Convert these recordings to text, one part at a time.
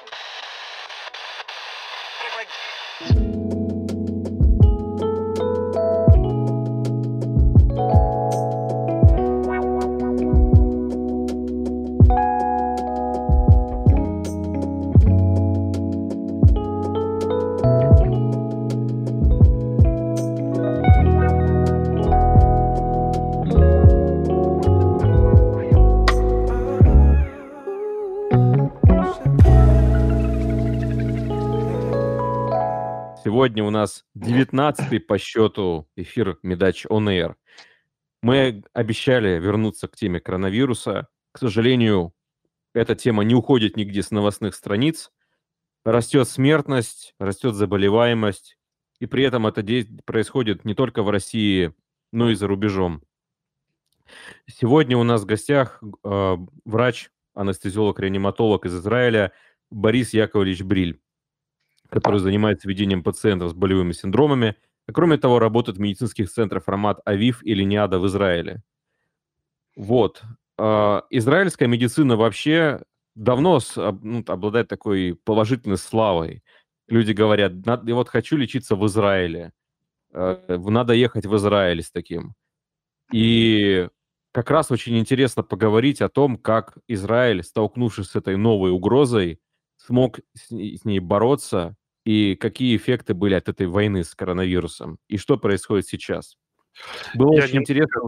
Сегодня у нас 19-й по счету эфир Медач On Air. Мы обещали вернуться к теме коронавируса. К сожалению, эта тема не уходит нигде с новостных страниц. Растет смертность, растет заболеваемость. И при этом это происходит не только в России, но и за рубежом. Сегодня у нас в гостях врач, анестезиолог-реаниматолог из Израиля Борис Яковлевич Бриль, который занимается ведением пациентов с болевыми синдромами, а кроме того работает в медицинских центрах формат АВИФ или НИАДА в Израиле. Вот. Израильская медицина вообще давно обладает такой положительной славой. Люди говорят, я вот хочу лечиться в Израиле, надо ехать в Израиль с таким. И как раз очень интересно поговорить о том, как Израиль, столкнувшись с этой новой угрозой, смог с ней бороться, и какие эффекты были от этой войны с коронавирусом, и что происходит сейчас. Было очень интересно.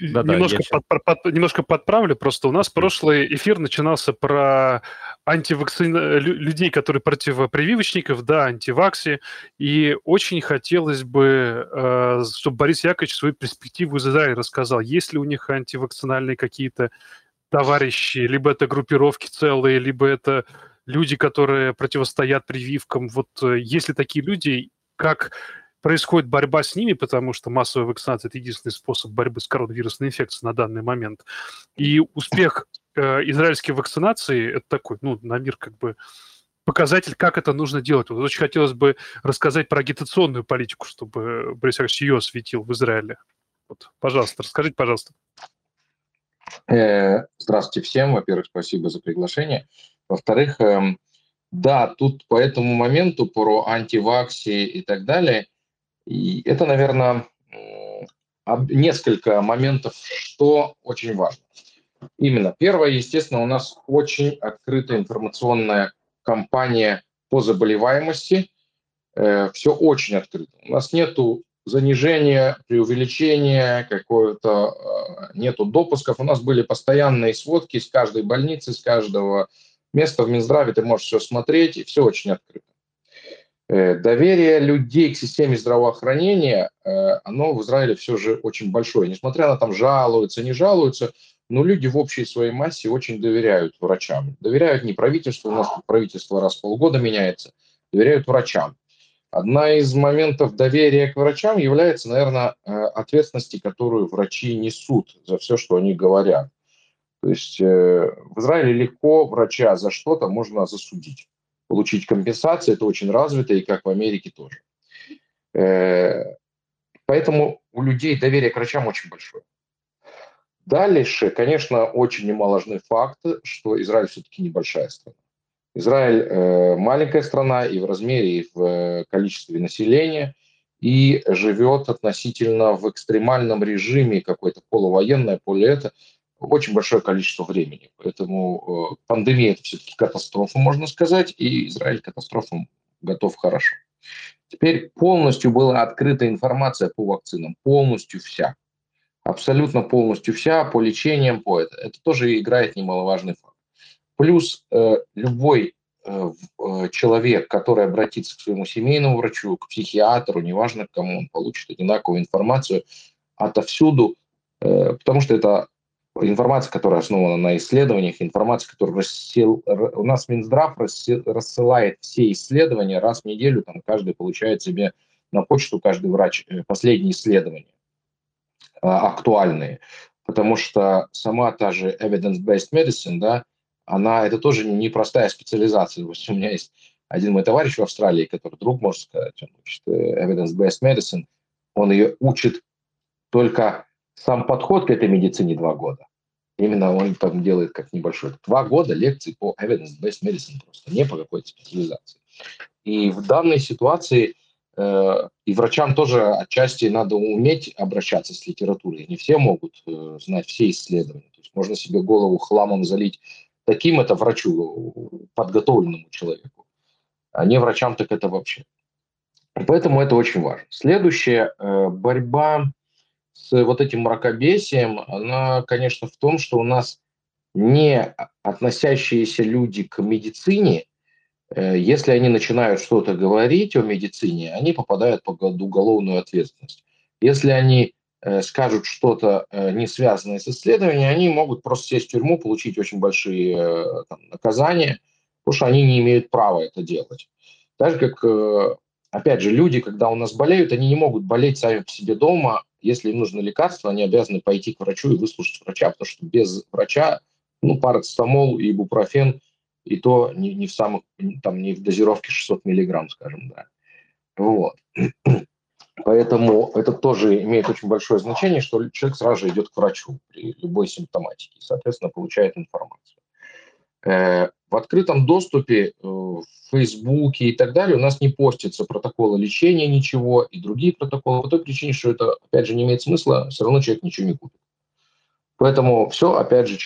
Немножко подправлю, просто у нас прошлый эфир начинался про людей, которые противопрививочников, да, антивакси, и очень хотелось бы, чтобы Борис Яковлевич свою перспективу из Израиля рассказал. Есть ли у них антивакцинальные какие-то товарищи, либо это группировки целые, либо это люди, которые противостоят прививкам. Вот есть ли такие люди, как происходит борьба с ними, потому что массовая вакцинация – это единственный способ борьбы с коронавирусной инфекцией на данный момент. И успех израильской вакцинации – это такой, на мир как бы показатель, как это нужно делать. Вот очень хотелось бы рассказать про агитационную политику, чтобы Борис Яковлевич ее осветил в Израиле. Вот, пожалуйста, расскажите, пожалуйста. Здравствуйте всем. Во-первых, спасибо за приглашение. Во-вторых, да, тут по этому моменту про антивакси и так далее, и это, наверное, несколько моментов, что очень важно. Именно первое, естественно, у нас очень открытая информационная кампания по заболеваемости. Все очень открыто. У нас нету занижения, преувеличения, нету допусков. У нас были постоянные сводки из каждой больницы, из каждого места в Минздраве. Ты можешь все смотреть, и все очень открыто. Доверие людей к системе здравоохранения, оно в Израиле все же очень большое. Несмотря на там жалуются, не жалуются, но люди в общей своей массе очень доверяют врачам. Доверяют не правительству, у нас правительство раз в полгода меняется, доверяют врачам. Одна из моментов доверия к врачам является, наверное, ответственности, которую врачи несут за все, что они говорят. То есть в Израиле легко врача за что-то можно засудить. Получить компенсацию, это очень развито, и как в Америке тоже. Поэтому у людей доверие к врачам очень большое. Дальше, конечно, очень немаловажный факт, что Израиль все-таки небольшая страна. Израиль маленькая страна и в размере, и в количестве населения, и живет относительно в экстремальном режиме, какое-то полувоенное, очень большое количество времени. Поэтому пандемия – это все-таки катастрофа, можно сказать, и Израиль к катастрофам готов хорошо. Теперь полностью была открыта информация по вакцинам, полностью вся. Абсолютно полностью вся, по лечениям, по это. Это тоже играет немаловажный факт. Плюс любой человек, который обратится к своему семейному врачу, к психиатру, неважно к кому, он получит одинаковую информацию отовсюду, потому что это информация, которая основана на исследованиях, информация, которую у нас Минздрав рассылает все исследования раз в неделю, там каждый получает себе на почту, каждый врач, последние исследования актуальные. Потому что сама та же evidence-based medicine, да, это тоже непростая специализация. У меня есть один мой товарищ в Австралии, который друг, можно сказать, он учит evidence-based medicine, он ее учит только сам подход к этой медицине 2 года. Именно он там делает как небольшой. 2 года лекций по evidence-based medicine просто, не по какой-то специализации. И в данной ситуации и врачам тоже отчасти надо уметь обращаться с литературой. Не все могут знать все исследования. То есть можно себе голову хламом залить таким это врачу, подготовленному человеку, а не врачам так это вообще. И поэтому это очень важно. Следующее, борьба с вот этим мракобесием, она, конечно, в том, что у нас не относящиеся люди к медицине, если они начинают что-то говорить о медицине, они попадают под уголовную ответственность. Если они скажут что-то не связанное с исследованием, они могут просто сесть в тюрьму, получить очень большие там, наказания, потому что они не имеют права это делать. Так же, как, опять же, люди, когда у нас болеют, они не могут болеть сами по себе дома. Если им нужно лекарство, они обязаны пойти к врачу и выслушать врача, потому что без врача, ну, парацетамол и ибупрофен, и то не в самых, там, не в дозировке 600 миллиграмм, скажем, да. Вот. Поэтому это тоже имеет очень большое значение, что человек сразу же идет к врачу при любой симптоматике и, соответственно, получает информацию. В открытом доступе, в Фейсбуке и так далее у нас не постятся протоколы лечения, ничего, и другие протоколы, по той причине, что это, опять же, не имеет смысла, все равно человек ничего не купит. Поэтому все, опять же,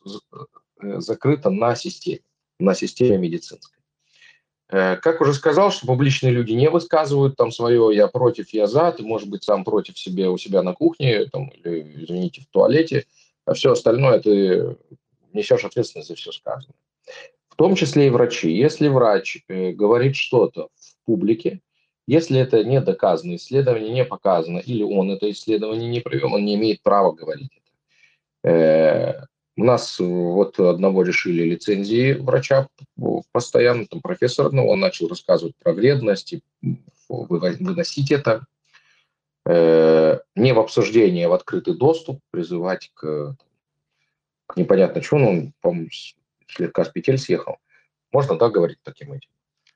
закрыто на системе медицинской. Как уже сказал, что публичные люди не высказывают там свое «я против», «я за», ты, может быть, сам против себе у себя на кухне там, или, извините, в туалете, а все остальное ты несешь ответственность за все сказанное. В том числе и врачи. Если врач говорит что-то в публике, если это не доказано, исследование не показано, или он это исследование не провел, он не имеет права говорить это. У нас вот одного решили лицензии врача постоянно, там профессор одного, он начал рассказывать про вредность, и выносить это не в обсуждение, а в открытый доступ, призывать к непонятно чему, он, по-моему, слегка с петель съехал. Можно, да, говорить таким этим?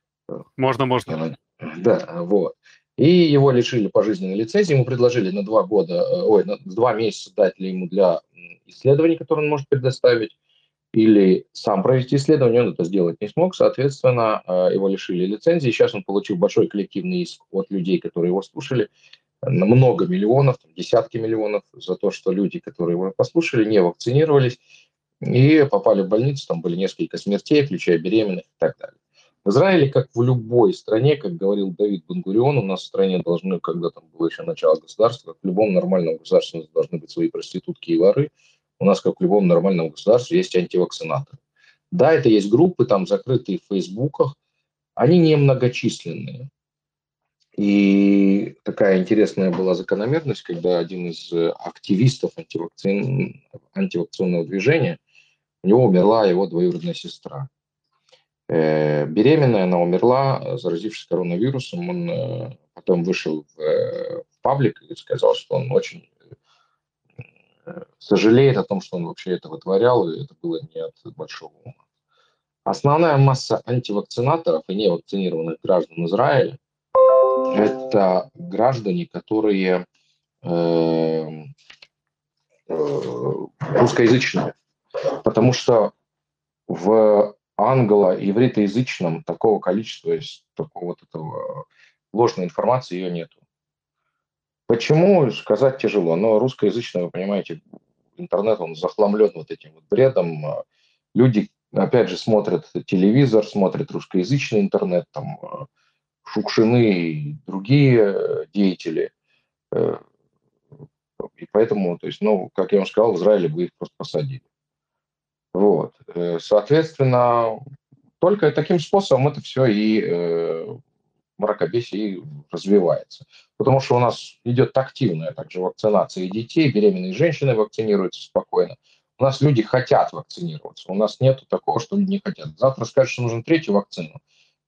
Можно. Да, вот. И его лишили пожизненной лицензии, ему предложили на 2 года, на 2 месяца дать ли ему для исследований, которые он может предоставить, или сам провести исследование, он это сделать не смог, соответственно, его лишили лицензии. Сейчас он получил большой коллективный иск от людей, которые его слушали, на много миллионов, десятки миллионов за то, что люди, которые его послушали, не вакцинировались и попали в больницу, там были несколько смертей, включая беременных и так далее. В Израиле, как в любой стране, как говорил Давид Бен-Гурион, у нас в стране должны, когда там было еще начало государства, как в любом нормальном государстве у нас должны быть свои проститутки и воры, у нас, как в любом нормальном государстве, есть антивакцинаторы. Да, это есть группы, там, закрытые в фейсбуках, они немногочисленные. И такая интересная была закономерность, когда один из активистов антивакционного движения, у него умерла его двоюродная сестра. Беременная, она умерла, заразившись коронавирусом. Он потом вышел в паблик и сказал, что он очень сожалеет о том, что он вообще это вытворял, и это было не от большого ума. Основная масса антивакцинаторов и невакцинированных граждан Израиля – это граждане, которые русскоязычные. Потому что в англо-ивритоязычном такого количества, такого вот этого ложной информации ее нету. Почему, сказать тяжело, но русскоязычный, вы понимаете, интернет, он захламлен вот этим вот бредом. Люди, опять же, смотрят телевизор, смотрят русскоязычный интернет, там, Шукшины и другие деятели. И поэтому, то есть, ну, как я вам сказал, в Израиле бы их просто посадили. Вот. Соответственно, только таким способом это все и мракобесие развивается. Потому что у нас идет активная также вакцинация и детей, беременные женщины вакцинируются спокойно. У нас люди хотят вакцинироваться. У нас нет такого, что люди не хотят. Завтра скажут, что нужен третью вакцину.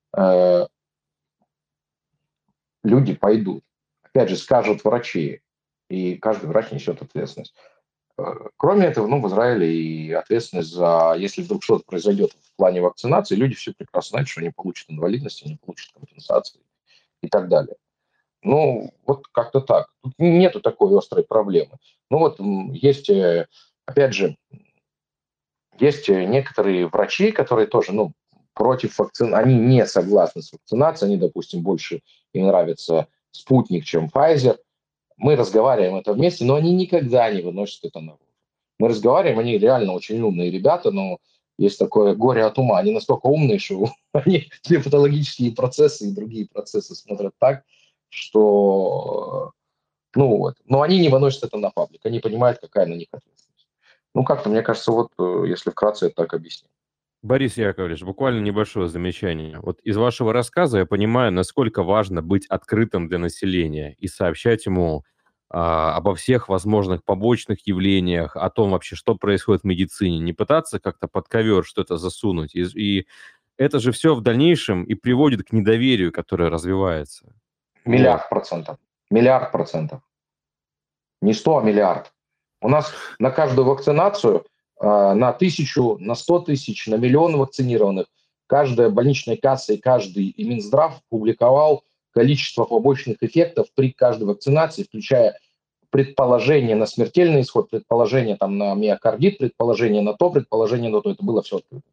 Люди пойдут. Опять же, скажут врачи, и каждый врач несет ответственность. Кроме этого, ну, в Израиле и ответственность за, если вдруг что-то произойдет в плане вакцинации, люди все прекрасно знают, что они получат инвалидность, они получат компенсации и так далее. Ну, вот как-то так. Тут нету такой острой проблемы. Ну, вот есть, опять же, Есть некоторые врачи, которые тоже, ну, против вакцин, они не согласны с вакцинацией, они, допустим, больше им нравится спутник, чем Pfizer. Мы разговариваем это вместе, но они никогда не выносят это наружу. Мы разговариваем, они реально очень умные ребята, но есть такое горе от ума. Они настолько умные, что они все патологические процессы и другие процессы смотрят так, что, ну вот. Но они не выносят это на паблик, они понимают, какая на них ответственность. Ну, как-то, мне кажется, вот, если вкратце, это так объяснить. Борис Яковлевич, буквально небольшое замечание. Вот из вашего рассказа я понимаю, насколько важно быть открытым для населения и сообщать ему обо всех возможных побочных явлениях, о том вообще, что происходит в медицине, не пытаться как-то под ковер что-то засунуть. И это же все в дальнейшем и приводит к недоверию, которое развивается. Вот. Миллиард процентов. Миллиард процентов. Не 100, а миллиард. У нас на каждую вакцинацию, на 1000, на 100 тысяч, на миллион вакцинированных, каждая больничная касса и каждый и Минздрав публиковал количество побочных эффектов при каждой вакцинации, включая предположение на смертельный исход, предположение там на миокардит, предположение на то, предположение на то. Это было все открыто.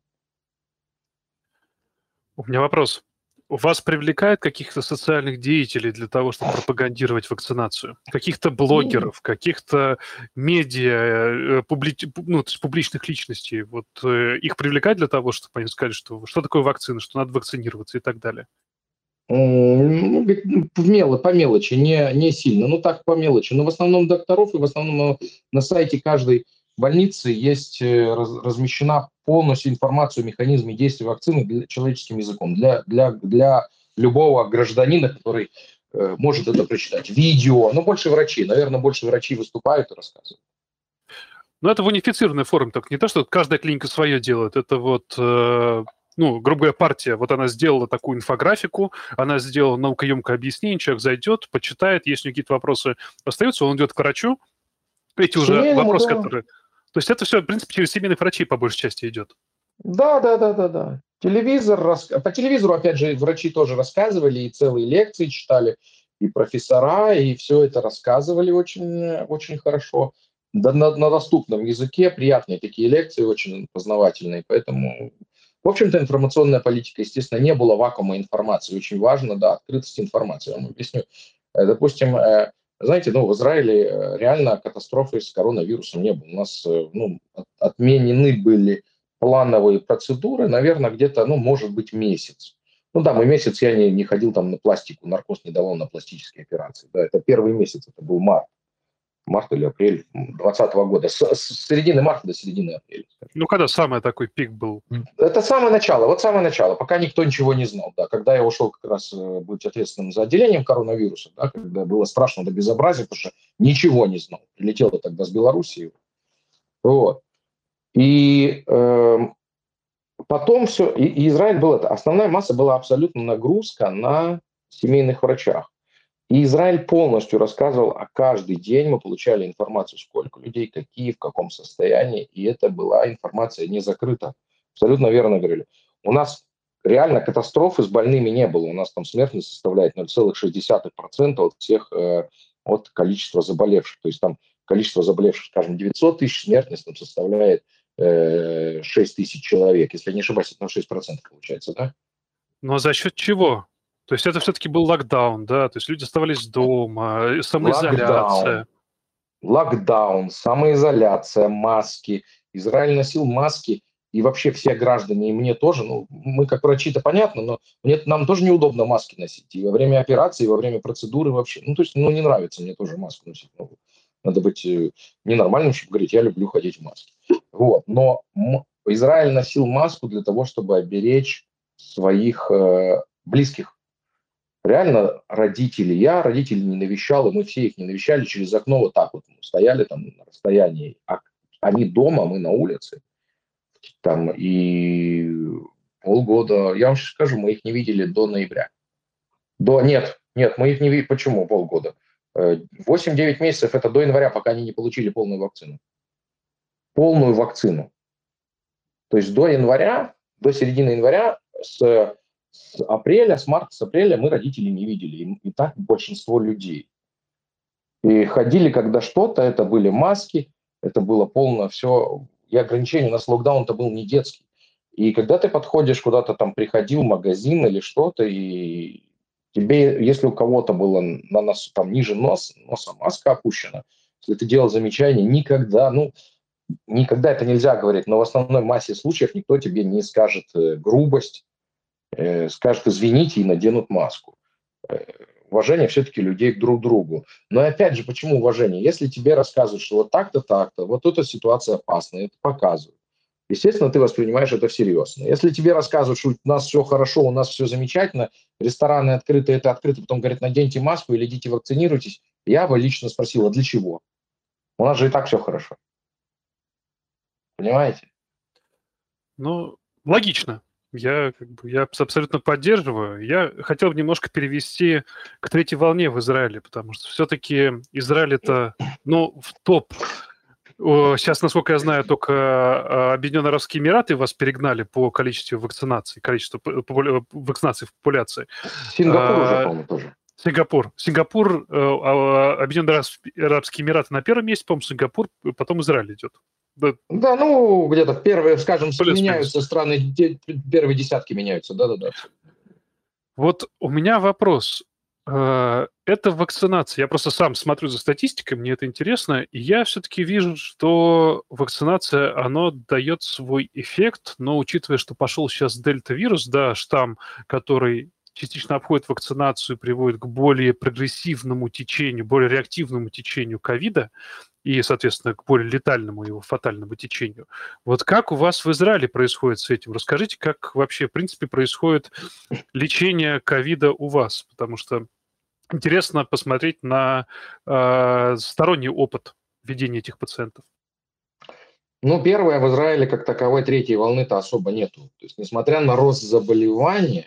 У меня вопрос. У вас привлекают каких-то социальных деятелей для того, чтобы пропагандировать вакцинацию? Каких-то блогеров, каких-то медиа, ну, то есть публичных личностей? Вот их привлекать для того, чтобы они сказали, что такое вакцина, что надо вакцинироваться и так далее? Ну, по мелочи, не сильно. Ну, так, по мелочи. Но в основном докторов и в основном на сайте каждой больницы есть размещена полностью информация о механизме действия вакцины человеческим языком для любого гражданина, который может это прочитать. Видео, но больше врачей. Наверное, больше врачи выступают и рассказывают. Ну, это в унифицированной форме, только не то, что каждая клиника свое делает. Это вот, ну, грубо говоря, партия. Вот она сделала такую инфографику, она сделала наукоемкое объяснение, человек зайдет, почитает, если какие-то вопросы остаются, он идет к врачу. Эти уже Семейному, вопросы, да. которые... То есть это все, в принципе, через семейных врачей по большей части идет. Да. Телевизор, по телевизору, опять же, врачи тоже рассказывали, и целые лекции читали, и профессора, и все это рассказывали очень хорошо. Да, на доступном языке, приятные такие лекции, очень познавательные. Поэтому, в общем-то, информационная политика, естественно, не было вакуума информации. Очень важно, да, открытость информации. Я вам объясню. Допустим, знаете, ну, в Израиле реально катастрофы с коронавирусом не было. У нас отменены были плановые процедуры, наверное, где-то, ну, может быть, месяц. Ну да, мы месяц, я не ходил там на пластику, наркоз не давал на пластические операции. Да, это первый месяц, это был март или апрель 2020 года, с середины марта до середины апреля. Ну, когда самый такой пик был? Это самое начало, пока никто ничего не знал. Да, когда я ушел как раз быть ответственным за отделением коронавируса, да, когда было страшно до безобразия, потому что ничего не знал. Прилетел я тогда с Белоруссии. Вот. И потом все, и Израиль был это. Основная масса была абсолютно нагрузка на семейных врачах. И Израиль полностью рассказывал, а каждый день мы получали информацию, сколько людей, какие, в каком состоянии. И это была информация не закрыта. Абсолютно верно говорили. У нас реально катастрофы с больными не было. У нас там смертность составляет 0,6% от всех, от количества заболевших. То есть там количество заболевших, скажем, 900 тысяч, смертность там составляет 6 тысяч человек. Если я не ошибаюсь, это на 6% получается, да? Но за счет чего? То есть это все-таки был локдаун, да? То есть люди оставались дома, самоизоляция. Локдаун, самоизоляция, маски. Израиль носил маски, и вообще все граждане, и мне тоже, ну, мы как врачи-то понятно, но нам тоже неудобно маски носить. И во время операции, и во время процедуры вообще. Ну, то есть, ну, не нравится мне тоже маску носить. Ну, надо быть ненормальным, чтобы говорить, я люблю ходить в маске. Вот. Но Израиль носил маску для того, чтобы оберечь своих близких. Реально я родителей не навещал, и мы все их не навещали через окно вот так вот. Мы стояли там на расстоянии, а они дома, мы на улице. Там и полгода, я вам сейчас скажу, мы их не видели до ноября. Нет, мы их не видели. Почему полгода? 8-9 месяцев это до января, пока они не получили полную вакцину. Полную вакцину. То есть до середины января, с апреля мы родителей не видели. И так большинство людей. И ходили, когда что-то, это были маски, это было полно все. и ограничения, у нас локдаун-то был не детский. И когда ты подходишь куда-то там, приходил в магазин или что-то, и тебе, если у кого-то было на носу, там ниже носа маска опущена, если ты делал замечание, никогда, ну, никогда это нельзя говорить, но в основной массе случаев никто тебе не скажет грубость, скажет извините и наденут маску. Уважение все-таки людей к друг другу. Но опять же, почему уважение? Если тебе рассказывают, что вот так-то, так-то, вот эта ситуация опасная, это показывают. Естественно, ты воспринимаешь это всерьез. Но если тебе рассказывают, что у нас все хорошо, у нас все замечательно, рестораны открыты, это открыто, потом говорят, наденьте маску или идите вакцинируйтесь, я бы лично спросил, а для чего? У нас же и так все хорошо. Понимаете? Ну, логично. Я абсолютно поддерживаю. Я хотел бы немножко перевести к третьей волне в Израиле, потому что все-таки Израиль это, ну, в топ. Сейчас, насколько я знаю, только Объединенные Арабские Эмираты вас перегнали по количеству вакцинаций, вакцинаций в популяции. Сингапур уже, по-моему, тоже. Сингапур, Объединенные Арабские Эмираты на первом месте, по-моему, Сингапур, потом Израиль идет. Да, ну, где-то первые, скажем, Плюс-минус. меняются страны, первые десятки меняются, да-да-да. Вот у меня вопрос. Это вакцинация. Я просто сам смотрю за статистикой, мне это интересно, и я все-таки вижу, что вакцинация, она дает свой эффект, но учитывая, что пошел сейчас дельта-вирус, да, штамм, который частично обходит вакцинацию, приводит к более прогрессивному течению, более реактивному течению ковида, и, соответственно, к более летальному его фатальному течению. Вот как у вас в Израиле происходит с этим? Расскажите, как вообще, в принципе, происходит лечение ковида у вас, потому что интересно посмотреть на сторонний опыт ведения этих пациентов. Ну, первое, в Израиле как таковой третьей волны-то особо нету. То есть, несмотря на рост заболевания,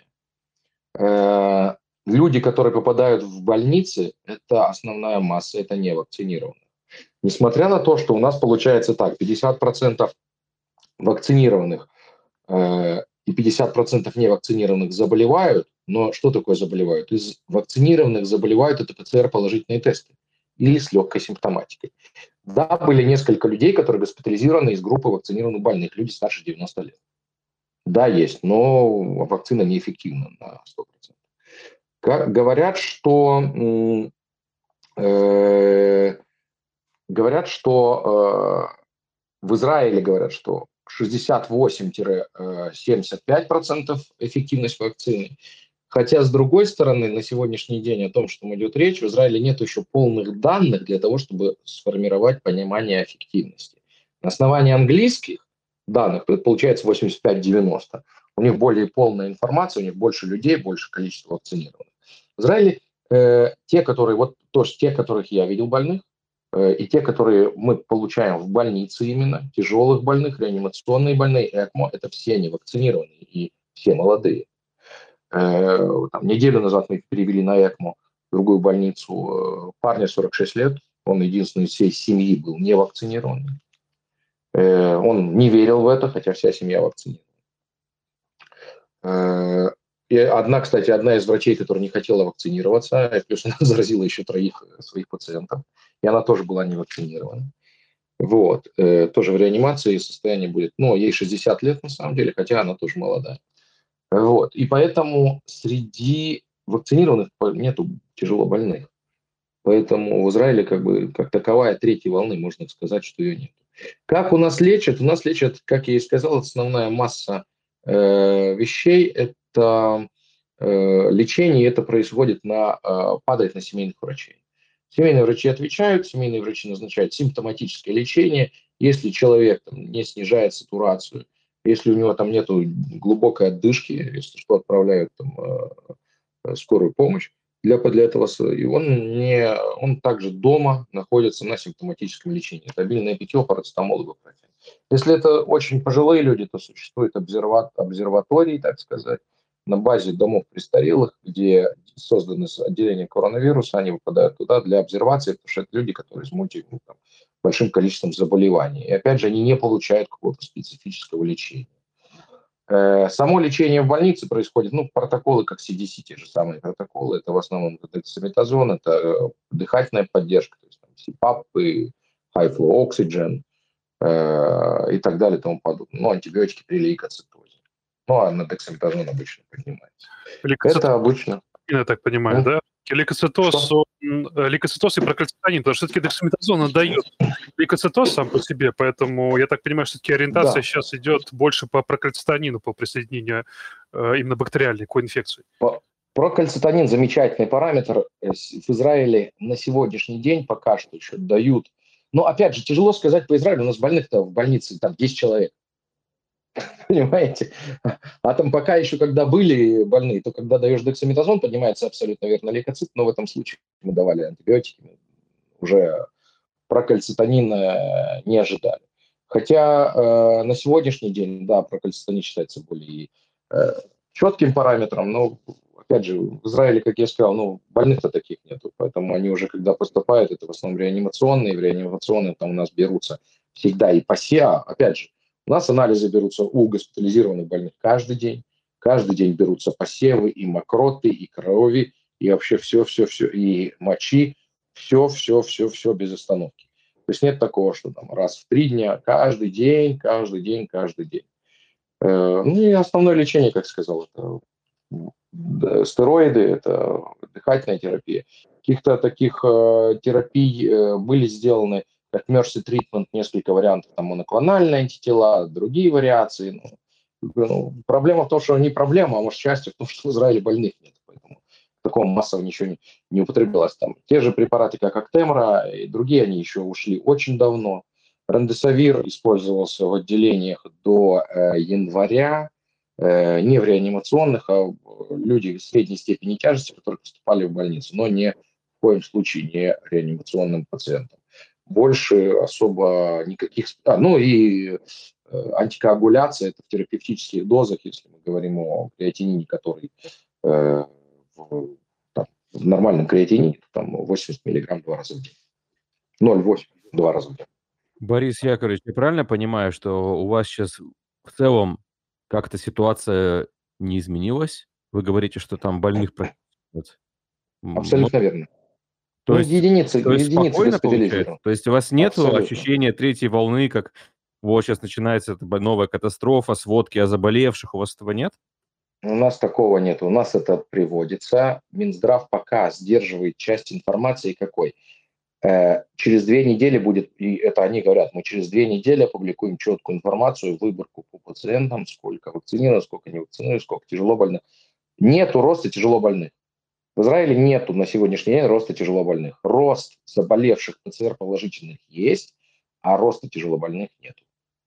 люди, которые попадают в больницы, это основная масса, это не вакцинированные. Несмотря на то, что у нас получается так, 50% вакцинированных и 50% невакцинированных заболевают, но что такое заболевают? Из вакцинированных заболевают это ПЦР-положительные тесты или с легкой симптоматикой. Да, были несколько людей, которые госпитализированы из группы вакцинированных больных, люди старше 90 лет. Да, есть, но вакцина неэффективна на 100%. Говорят, что в Израиле говорят, что 68-75% эффективность вакцины. Хотя, с другой стороны, на сегодняшний день о том, что идет речь, в Израиле нет еще полных данных для того, чтобы сформировать понимание эффективности. На основании английских данных, получается 85-90, у них более полная информация, у них больше людей, больше количество вакцинированных. В Израиле те, которых я видел больных, и те, которые мы получаем в больнице именно, тяжелых больных, реанимационные больные, ЭКМО, это все не вакцинированные и все молодые. Там, неделю назад мы перевели на ЭКМО в другую больницу парня 46 лет, он единственный из всей семьи был не вакцинированный. Он не верил в это, хотя вся семья вакцинирована. И одна из врачей, которая не хотела вакцинироваться, плюс она заразила еще 3 своих пациентов, и она тоже была не вакцинирована. Вот. Тоже в реанимации состояние будет, ну, ей 60 лет на самом деле, хотя она тоже молодая. Вот. И поэтому среди вакцинированных нету тяжело больных. Поэтому в Израиле как таковая третьей волны, можно сказать, что ее нет. Как у нас лечат? У нас лечат, как я и сказал, основная масса вещей – это лечение, это происходит падает на семейных врачей. Семейные врачи отвечают, семейные врачи назначают симптоматическое лечение. Если человек не снижает сатурацию, если у него там нет глубокой отдышки, если что, отправляют скорую помощь для этого, и он также дома находится на симптоматическом лечении. Стабильное питье, парацетамол, ибупрофен. Если это очень пожилые люди, то существует обсерватории, так сказать, на базе домов престарелых, где созданы отделения коронавируса, они выпадают туда для обсервации, потому что это люди, которые с большим количеством заболеваний. И опять же, они не получают какого-то специфического лечения. Само лечение в больнице происходит, протоколы, как CDC, те же самые протоколы, это в основном дексаметазон, это дыхательная поддержка, то есть CPAP, high flow oxygen, и так далее и тому подобное. Ну, антибиотики при лейкоцитозе. Ну, а на дексаметазон обычно поднимается. Это обычно. Я так понимаю, да? Лейкоцитоз и прокальцитонин, потому что все-таки дексаметазон отдает лейкоцитоз сам по себе, поэтому я так понимаю, что все-таки ориентация сейчас идет больше по прокальцитонину, по присоединению именно бактериальной коинфекции. Прокальцитонин замечательный параметр. В Израиле на сегодняшний день пока что еще дают. Но, опять же, тяжело сказать по Израилю, у нас больных-то в больнице там 10 человек. Понимаете? А там пока еще, когда были больные, то когда даешь дексаметазон, поднимается абсолютно верно лейкоцит, но в этом случае мы давали антибиотики, уже прокальцитонин не ожидали. Хотя на сегодняшний день, да, прокальцитонин считается более четким параметром, но, опять же, в Израиле, как я сказал, ну, больных-то таких нету, поэтому они уже, когда поступают, это в основном реанимационные, в реанимационные там у нас берутся всегда и ПАСЕА, опять же, у нас анализы берутся у госпитализированных больных каждый день берутся посевы и мокроты, и крови, и вообще все, и мочи, все без остановки. То есть нет такого, что там раз в 3 дня, каждый день. Ну и основное лечение, как сказал, это стероиды, это дыхательная терапия. Каких-то таких терапий были сделаны, как Mercy Treatment, несколько вариантов, там моноклональные антитела, другие вариации. Проблема в том, что не проблема, а может счастье в том, что в Израиле больных нет, поэтому такого массово ничего не употреблялось. Там те же препараты, как Актемра, и другие, они еще ушли очень давно. Ремдесивир использовался в отделениях до января, не в реанимационных, а люди средней степени тяжести, которые поступали в больницу, но ни в коем случае не реанимационным пациентам. Больше особо никаких... антикоагуляция, это в терапевтических дозах, если мы говорим о креатинине, который в нормальном креатинине, там 80 миллиграмм 2 раза в день. 0,8 2 раза в день. Борис Яковлевич, я правильно понимаю, что у вас сейчас в целом как-то ситуация не изменилась? Вы говорите, что там больных нет. Абсолютно верно. То есть единицы спокойно получается? То есть у вас нет Абсолютно. ощущения третьей волны, как вот сейчас начинается новая катастрофа, сводки о заболевших, у вас этого нет? У нас такого нет. У нас это приводится. Минздрав пока сдерживает часть информации какой. Через 2 недели будет, и это они говорят, мы через 2 недели опубликуем четкую информацию, выборку по пациентам, сколько вакцинировано, сколько не вакцинировано, сколько тяжело больных. Нету роста тяжело больных. В Израиле нету на сегодняшний день роста тяжело больных. Рост заболевших ПЦР-положительных есть, а роста тяжело больных нету.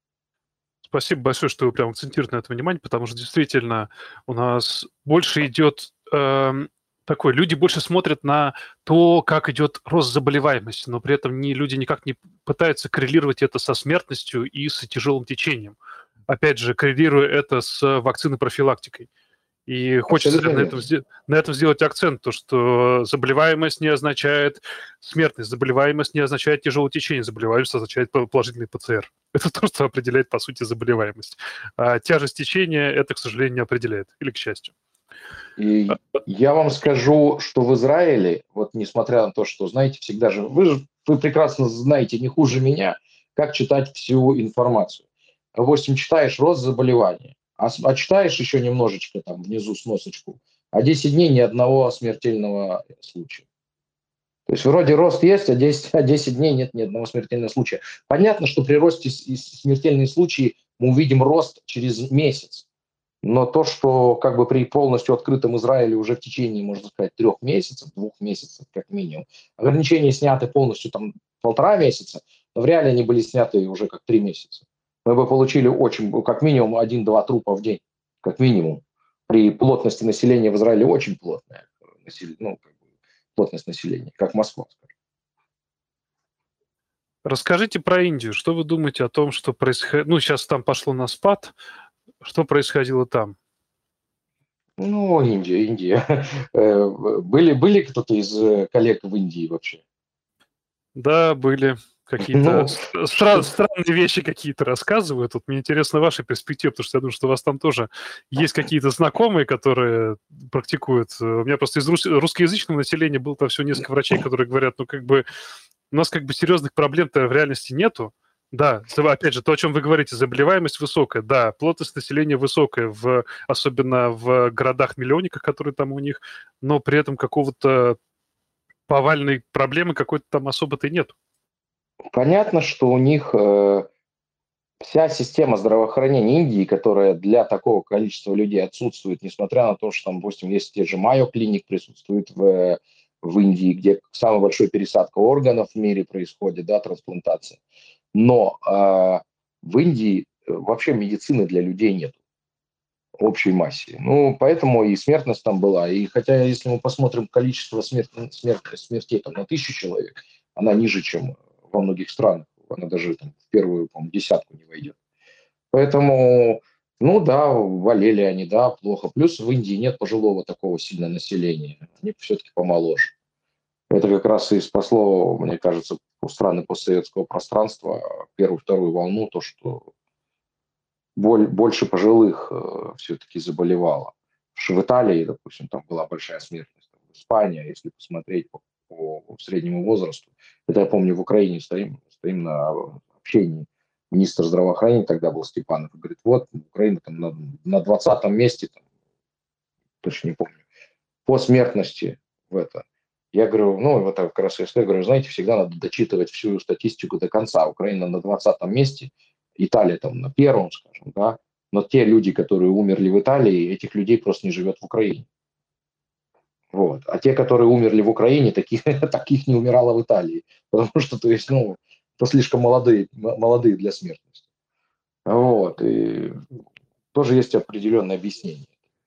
Спасибо большое, что вы прям акцентируете на это внимание, потому что действительно у нас больше идет такой, люди больше смотрят на то, как идет рост заболеваемости, но при этом люди никак не пытаются коррелировать это со смертностью и с тяжелым течением. Опять же, коррелируя это с вакциной профилактикой. И хочется на этом сделать акцент, то, что заболеваемость не означает смертность, заболеваемость не означает тяжелое течение, заболеваемость означает положительный ПЦР. Это то, что определяет, по сути, заболеваемость. А тяжесть течения это, к сожалению, не определяет, или к счастью. И я вам скажу, что в Израиле, вот несмотря на то, что, знаете, всегда же, вы прекрасно знаете, не хуже меня, как читать всю информацию. Допустим, читаешь рост заболевания, а читаешь еще немножечко там внизу сносочку, а 10 дней ни одного смертельного случая. То есть вроде рост есть, а 10 дней нет ни одного смертельного случая. Понятно, что при росте смертельные случаи мы увидим рост через месяц. Но то, что как бы при полностью открытом Израиле уже в течение, можно сказать, 3 месяцев, 2 месяцев как минимум, ограничения сняты полностью там 1,5 месяца, но в реале они были сняты уже как 3 месяца. Мы бы получили как минимум 1-2 трупа в день, как минимум. При плотности населения в Израиле очень плотная плотность населения, как Москва, скажем. Расскажите про Индию. Что вы думаете о том, что происходит? Ну, сейчас там пошло на спад. Что происходило там? Ну, Индия. Были кто-то из коллег в Индии вообще? Да, были. Какие-то странные вещи какие-то рассказывают. Вот мне интересно ваша перспектива, потому что я думаю, что у вас там тоже есть какие-то знакомые, которые практикуют. У меня просто из русскоязычного населения было там всего несколько врачей, которые говорят, ну, как бы у нас как бы серьезных проблем-то в реальности нету. Да, опять же, то, о чем вы говорите, заболеваемость высокая, да, плотность населения высокая, особенно в городах-миллионниках, которые там у них, но при этом какого-то повальной проблемы какой-то там особо-то и нет. Понятно, что у них вся система здравоохранения Индии, которая для такого количества людей отсутствует, несмотря на то, что там, допустим, есть те же Майо клиник присутствует в Индии, где самая большая пересадка органов в мире происходит, да, трансплантация. Но в Индии вообще медицины для людей нет в общей массе. Ну, поэтому и смертность там была. И хотя, если мы посмотрим количество смертей там, на 1000 человек, она ниже, чем во многих странах. Она даже там, в первую, по-моему, десятку не войдет. Поэтому, ну да, болели они, да, плохо. Плюс в Индии нет пожилого такого сильно населения. Они все-таки помоложе. Это как раз и спасло, мне кажется, страны постсоветского пространства, первую, вторую волну, то, что больше пожилых все-таки заболевало. Что в Италии, допустим, там была большая смертность. В Испании, если посмотреть по среднему возрасту, это я помню, в Украине стоим на общении. Министр здравоохранения тогда был Степанов, и говорит, вот Украина там на 20-м месте, там, точно не помню, по смертности в это. Я говорю, ну, вот как раз я говорю, знаете, всегда надо дочитывать всю статистику до конца. Украина на 20-м месте, Италия там на первом, скажем, да, но те люди, которые умерли в Италии, этих людей просто не живет в Украине. Вот. А те, которые умерли в Украине, таких не умирало в Италии. Потому что, то есть, ну, это слишком молодые для смертности. Вот. И тоже есть определенное объяснение.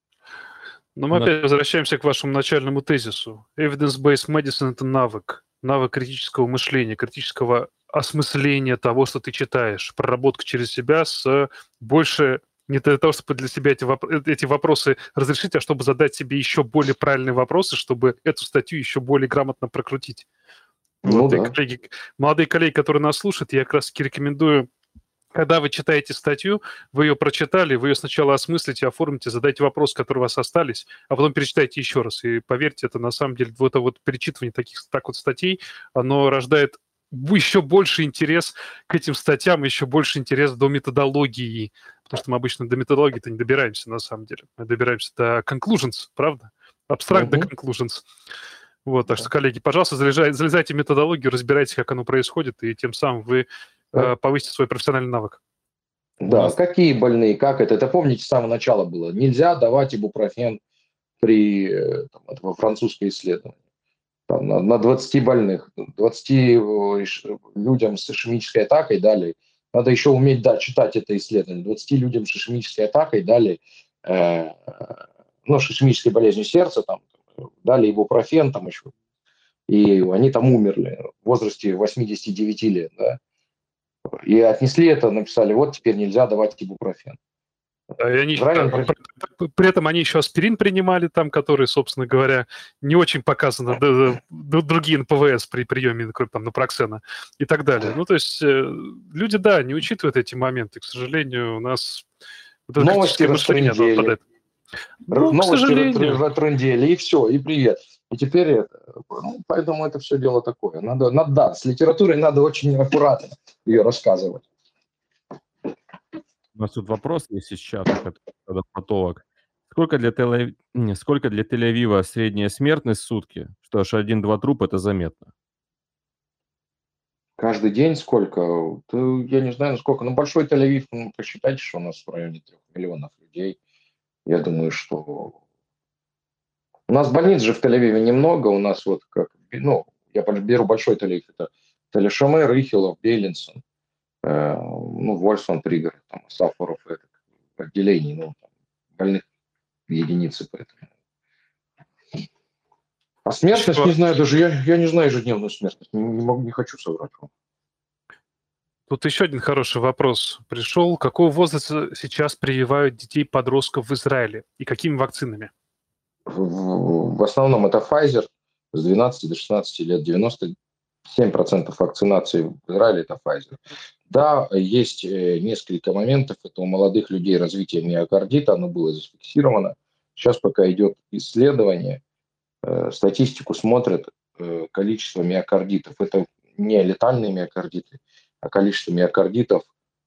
Но мы опять возвращаемся к вашему начальному тезису. Evidence-based medicine – это навык критического мышления, критического осмысления того, что ты читаешь, проработка через себя с больше не для того, чтобы для себя эти вопросы разрешить, а чтобы задать себе еще более правильные вопросы, чтобы эту статью еще более грамотно прокрутить. Ну, Вот, да. и молодые коллеги, которые нас слушают, я как раз-таки рекомендую, когда вы читаете статью, вы ее прочитали, вы ее сначала осмыслите, оформите, задайте вопросы, которые у вас остались, а потом перечитайте еще раз. И поверьте, это на самом деле вот это вот перечитывание так вот статей, оно рождает еще больше интерес к этим статьям, еще больше интерес до методологии, потому что мы обычно до методологии-то не добираемся на самом деле. Мы добираемся до conclusions, правда? Abstract до conclusions. Вот, так что, коллеги, пожалуйста, залезайте в методологию, разбирайте, как оно происходит, и тем самым вы повысите свой профессиональный навык. Да, какие больные, как это? Это помните, с самого начала было. Нельзя давать ибупрофен при во французское исследование. Там, на 20 больных, 20 людям с ишемической атакой дали. Надо еще уметь читать это исследование. 20 людям с ишемической атакой дали, с ишемической болезнью сердца, там, дали ибупрофен там еще. И они там умерли в возрасте 89 лет, да. И отнесли это, написали, вот теперь нельзя давать ибупрофен. При этом они еще аспирин принимали там, который, собственно говоря, не очень показано другие ПВС при приеме, там, напроксена и так далее. Ну, то есть люди, да, не учитывают эти моменты. К сожалению, у нас новости растрындели. Новости растрындели, и все, и привет. И теперь, поэтому это все дело такое. Надо, с литературой надо очень аккуратно ее рассказывать. У нас тут вопрос есть из чата, дерматолог. Сколько для Тель-Авива средняя смертность в сутки? Что аж 1-2 трупа – это заметно. Каждый день сколько? Я не знаю, сколько. Ну, большой Тель-Авив, посчитайте, что у нас в районе 3 миллионов людей. Я думаю, что... У нас больниц же в Тель-Авиве немного. У нас вот как... я беру большой Тель-Авив. Это Тель-Шамер, Ихилов, Белинсон, Вольфсон, пригород, там, Сафоров, отделений, больных единицы, поэтому. А смертность, не знаю даже, я не знаю ежедневную смертность, не хочу соврать вам. Тут еще один хороший вопрос пришел. Какого возраста сейчас прививают детей-подростков в Израиле и какими вакцинами? В основном это Pfizer с 12 до 16 лет, 97% вакцинации в Израиле это Pfizer. Да, есть несколько моментов, это у молодых людей развитие миокардита, оно было зафиксировано. Сейчас пока идет исследование, статистику смотрят, количество миокардитов. Это не летальные миокардиты, а количество миокардитов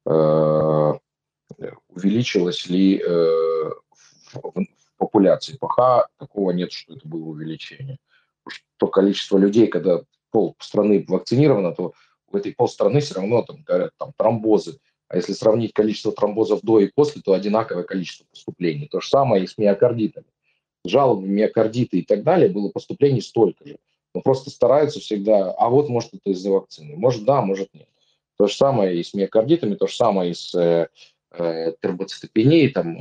увеличилось ли в популяции. Пока такого нет, что это было увеличение. То количество людей, когда полстраны вакцинировано, то в этой полстраны все равно там, говорят, там тромбозы. А если сравнить количество тромбозов до и после, то одинаковое количество поступлений. То же самое и с миокардитами. С жалобами миокардиты и так далее было поступлений столько же. Но просто стараются всегда, а вот может это из-за вакцины. Может да, может нет. То же самое и с миокардитами, то же самое и с тромбоцитопенией, там,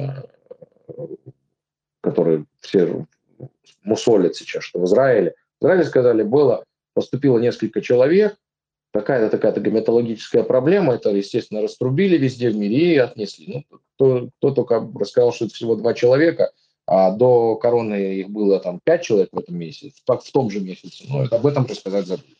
которые все мусолят сейчас, что в Израиле. В Израиле сказали, поступило несколько человек, такая-то, такая-то гематологическая проблема, это, естественно, раструбили везде в мире и отнесли. Ну, кто только рассказал, что это всего 2 человека, а до короны их было там 5 человек в этом месяце, в том же месяце. Но об этом рассказать забыли.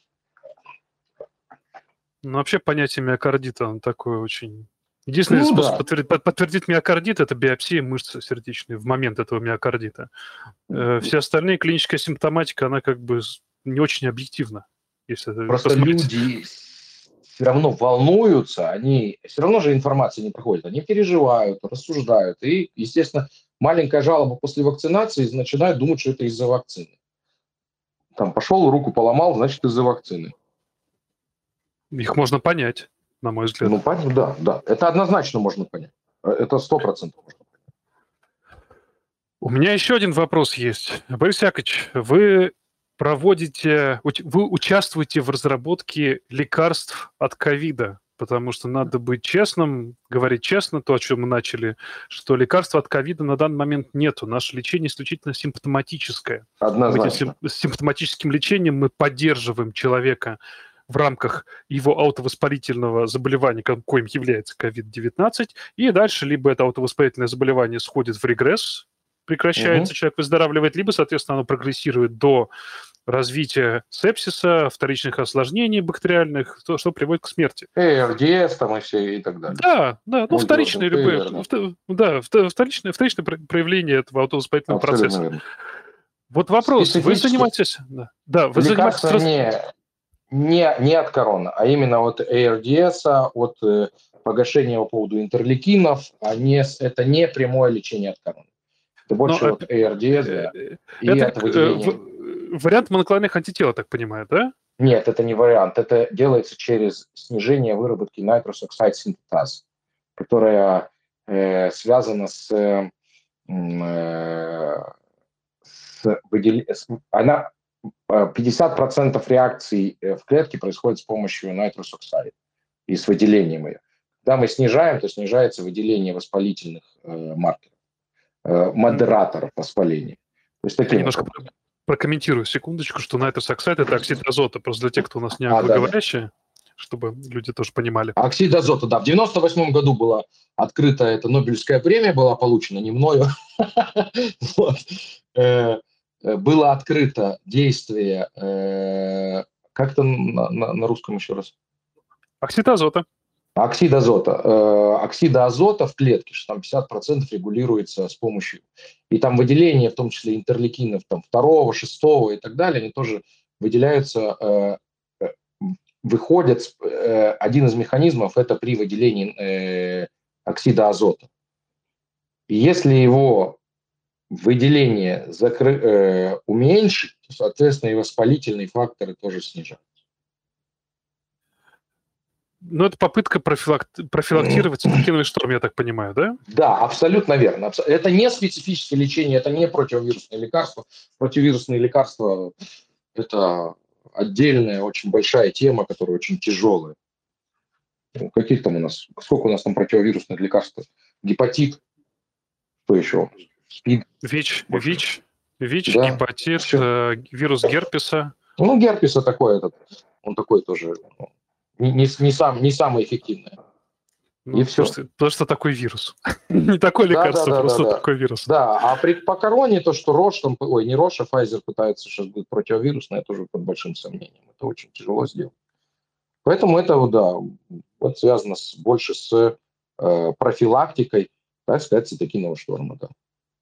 Ну, вообще понятие миокардита, он такой очень... Единственный способ подтвердить миокардит – это биопсия мышцы сердечной в момент этого миокардита. Все остальные клиническая симптоматика, она как бы не очень объективна. Если просто люди все равно волнуются, они все равно же информация не проходит, они переживают, рассуждают. И, естественно, маленькая жалоба после вакцинации начинают думать, что это из-за вакцины. Там пошел, руку поломал, значит, из-за вакцины. Их можно понять, на мой взгляд. Ну, да. Это однозначно можно понять. Это 100% можно понять. У меня еще один вопрос есть. Борис Яковлевич, вы участвуете в разработке лекарств от ковида, потому что надо быть честным, говорить честно, то, о чем мы начали, что лекарства от ковида на данный момент нету. Наше лечение исключительно симптоматическое. Однозначно. С симптоматическим лечением мы поддерживаем человека в рамках его аутовоспалительного заболевания, коим является COVID-19, и дальше либо это аутовоспалительное заболевание сходит в регресс, прекращается, человек выздоравливает, либо, соответственно, оно прогрессирует до развития сепсиса, вторичных осложнений бактериальных, что приводит к смерти. РДС там и все и так далее. Да, ну вторичные любые, вторичное проявление этого аутовоспалительного процесса. Верно. Вот вопрос, вы занимаетесь... Да, вы занимаетесь... Не от короны, а именно от ARDS, от погашения по поводу интерлейкинов, это не прямое лечение от короны. Это больше от ARDS, и от выделения. Вариант моноклональных антител, я так понимаю, да? Нет, это не вариант. Это делается через снижение выработки nitrous oxide синтетаз, которая связана с она 50% реакций в клетке происходит с помощью nitrous oxide и с выделением ее. Когда мы снижаем, то снижается выделение воспалительных маркеров, модераторов воспаления. То есть таким немножко прокомментирую секундочку, что nitrous oxide – это оксид азота, просто для тех, кто у нас не англоговорящие, чтобы люди тоже понимали. Оксид азота, да. В 1998 году была открыта эта Нобелевская премия, была получена не мною. Было открыто действие, как это на русском еще раз? Оксид азота. Оксид азота. Оксида азота в клетке, что там 50% регулируется с помощью. И там выделение, в том числе интерлейкинов, там 2, 6 и так далее, они тоже выделяются, выходят. Один из механизмов – это при выделении оксида азота. И если его выделение уменьшить, то, соответственно, и воспалительные факторы тоже снижаются. Ну, это попытка профилактировать цитокиновый шторм, я так понимаю, да? Да, абсолютно верно. Это не специфическое лечение, это не противовирусные лекарства. Противовирусные лекарства – это отдельная, очень большая тема, которая очень тяжелая. Каких там у нас, сколько у нас там противовирусных лекарств? Гепатит, что еще? СПИД. ВИЧ, да. Гепатит, вирус герпеса. Ну, герпеса такой, он такой тоже не самый эффективный. Ну, и все. Потому что такой вирус. Не такое лекарство, просто такой вирус. Да, а по короне то, что Рош, не Рош, а Pfizer пытается сейчас быть противовирусной, это уже под большим сомнением. Это очень тяжело сделать. Поэтому это, вот связано больше с профилактикой, так сказать, цитокинового шторма, да.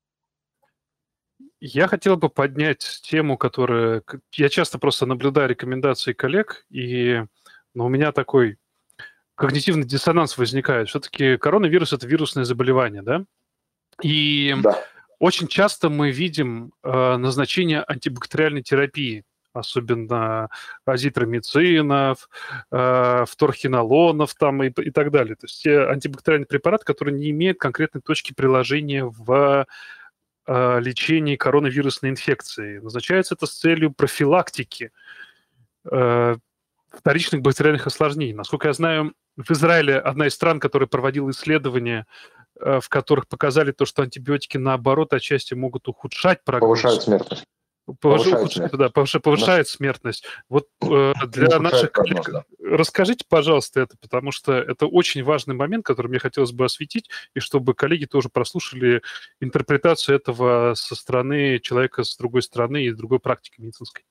Я хотел бы поднять тему, которую... Я часто просто наблюдаю рекомендации коллег, но у меня такой когнитивный диссонанс возникает. Все-таки коронавирус – это вирусное заболевание, да? И Да. очень часто мы видим назначение антибактериальной терапии, особенно азитромицинов, фторхинолонов там и так далее. То есть те антибактериальные препараты, которые не имеют конкретной точки приложения в лечении коронавирусной инфекции. Назначается это с целью профилактики вторичных бактериальных осложнений. Насколько я знаю, в Израиле одна из стран, которая проводила исследования, в которых показали то, что антибиотики, наоборот, отчасти могут ухудшать прогноз. Повышают смертность. Повышает смертность. Вот для наших коллег да. Расскажите, пожалуйста, это, потому что это очень важный момент, который мне хотелось бы осветить, и чтобы коллеги тоже прослушали интерпретацию этого со стороны человека с другой стороны и с другой практики медицинской.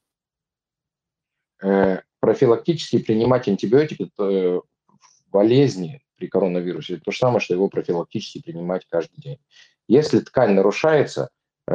Профилактически принимать антибиотики в болезни при коронавирусе – это то же самое, что его профилактически принимать каждый день. Если ткань нарушается,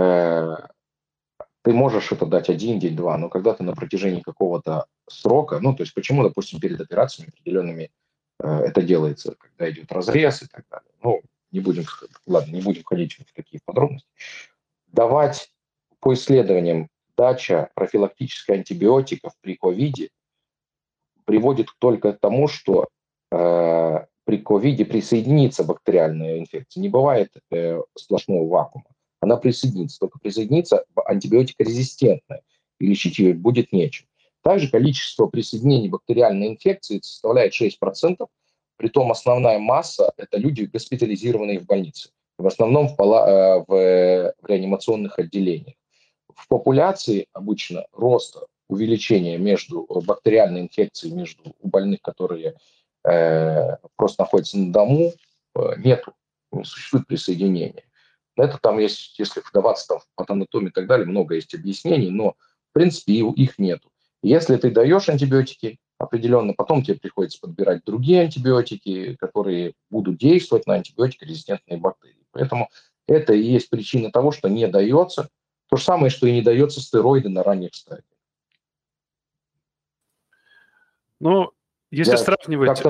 ты можешь это дать один день, два, но когда ты на протяжении какого-то срока, ну, то есть почему, допустим, перед операциями определенными это делается, когда идет разрез и так далее. Ну, не будем ходить в такие подробности. Давать по исследованиям дача профилактических антибиотиков при ковиде приводит только к тому, что при ковиде присоединится бактериальная инфекция. Не бывает сплошного вакуума. Она присоединится, только присоединится антибиотикорезистентная, и лечить ее будет нечем. Также количество присоединений бактериальной инфекции составляет 6%, притом основная масса – это люди, госпитализированные в больнице, в основном в реанимационных отделениях. В популяции обычно роста, увеличения между бактериальной инфекцией, у больных, которые просто находятся на дому, нету, не существует присоединения. Это там есть, если вдаваться там в патанатомию и так далее, много есть объяснений, но в принципе их нету. Если ты даешь антибиотики определенно, потом тебе приходится подбирать другие антибиотики, которые будут действовать на антибиотикорезистентные бактерии. Поэтому это и есть причина того, что не дается. То же самое, что и не дается стероиды на ранних стадиях. Ну, если сравнивать...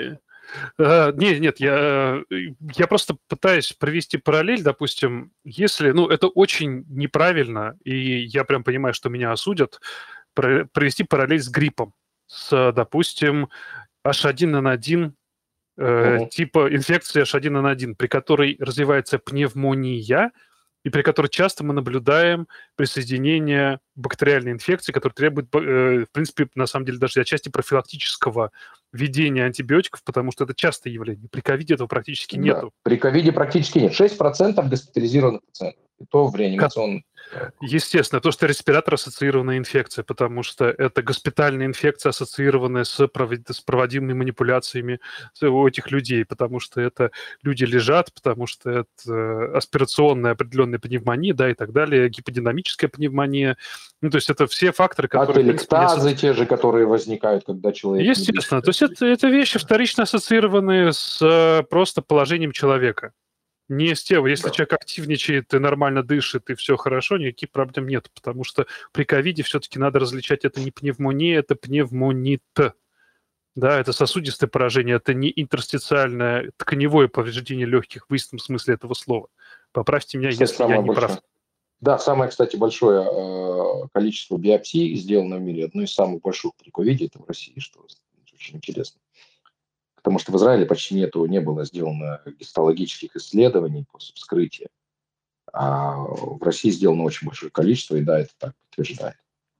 Нет, я просто пытаюсь провести параллель, допустим, если, это очень неправильно, и я прям понимаю, что меня осудят, провести параллель с гриппом, допустим, H1N1, типа инфекции H1N1, при которой развивается пневмония, и при которой часто мы наблюдаем присоединение бактериальной инфекции, которая требует, в принципе, на самом деле, даже отчасти профилактического введения антибиотиков, потому что это частое явление. При ковиде этого практически нету. При ковиде практически нет. 6% госпитализированных пациентов. И то в реанимационном... Естественно, то, что респиратор-ассоциированная инфекция, потому что это госпитальная инфекция, ассоциированная с проводимыми манипуляциями у этих людей, потому что это люди лежат, потому что это аспирационная определенная пневмония, да, и так далее, гиподинамическая пневмония. Ну, то есть это все факторы, которые... Ателектазы те же, которые возникают, когда человек... Естественно, то есть это вещи вторично ассоциированные с просто положением человека. Не с тем, если человек активничает и нормально дышит, и все хорошо, никаких проблем нет, потому что при ковиде все-таки надо различать, это не пневмония, это пневмонит. Да, это сосудистое поражение, это не интерстициальное тканевое повреждение легких в истинном смысле этого слова. Поправьте меня, если я не прав. Да, самое, кстати, большое количество биопсий сделано в мире, одно из самых больших при ковиде, это в России, что очень интересно. Потому что в Израиле почти не было сделано гистологических исследований после вскрытия. А в России сделано очень большое количество, и да, это так подтверждает.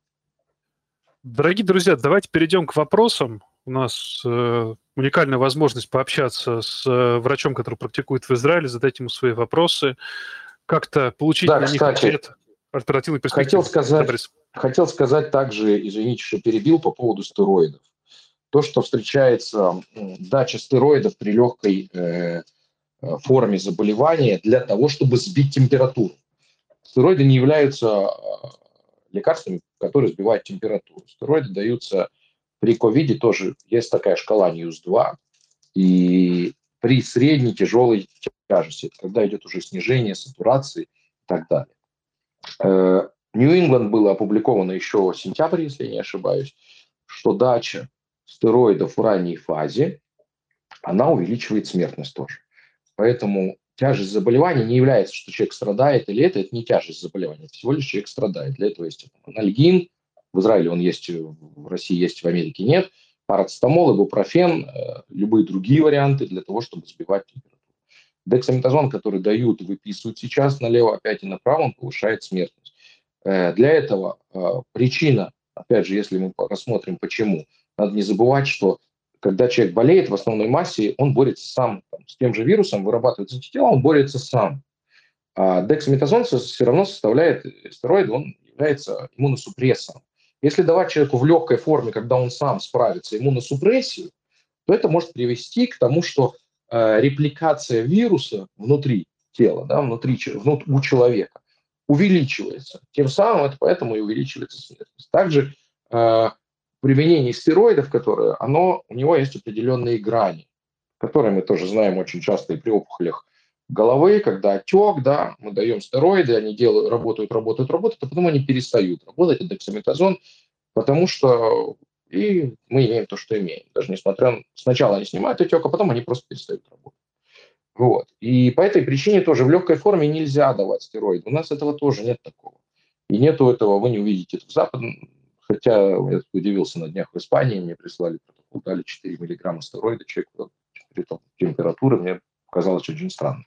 Дорогие друзья, давайте перейдем к вопросам. У нас уникальная возможность пообщаться с врачом, который практикует в Израиле, задать ему свои вопросы, как-то получить на них ответ альтернативной перспективы. Хотел сказать также, извините, что перебил, по поводу стероидов. То, что встречается дача стероидов при легкой форме заболевания для того, чтобы сбить температуру. Стероиды не являются лекарствами, которые сбивают температуру. Стероиды даются при ковиде, тоже есть такая шкала Ньюс-2, и при средней тяжелой тяжести, когда идет уже снижение сатурации и так далее. Нью-Ингланд было опубликовано еще в сентябре, если я не ошибаюсь, что дача стероидов в ранней фазе она увеличивает смертность тоже. Поэтому тяжесть заболевания не является, что человек страдает или это не тяжесть заболевания, это всего лишь человек страдает. Для этого есть анальгин, в Израиле он есть, в России есть, в Америке нет, парацетамол, ибупрофен, любые другие варианты для того, чтобы сбивать температуру. Дексаметазон, который дают, выписывают сейчас налево, опять и направо, он повышает смертность. Для этого причина, опять же, если мы рассмотрим почему, надо не забывать, что когда человек болеет в основной массе, он борется сам с тем же вирусом, вырабатываются антитела, он борется сам. А дексаметазон все равно составляет стероид, он является иммуносупрессором. Если давать человеку в легкой форме, когда он сам справится, иммуносупрессию, то это может привести к тому, что репликация вируса внутри тела, да, у человека увеличивается. Тем самым это поэтому и увеличивается смертность. Также применение стероидов, у него есть определенные грани, которые мы тоже знаем очень часто и при опухолях головы, когда отек, да, мы даем стероиды, они работают, а потом они перестают работать, это дексаметазон, потому что и мы имеем то, что имеем. Даже несмотря сначала они снимают отек, а потом они просто перестают работать. Вот. И по этой причине тоже в легкой форме нельзя давать стероиды. У нас этого тоже нет такого. И нету этого, вы не увидите это в западном. Хотя я удивился на днях в Испании, мне прислали протокол, дали 4 миллиграмма стероида человеку при температуре, мне казалось очень странно.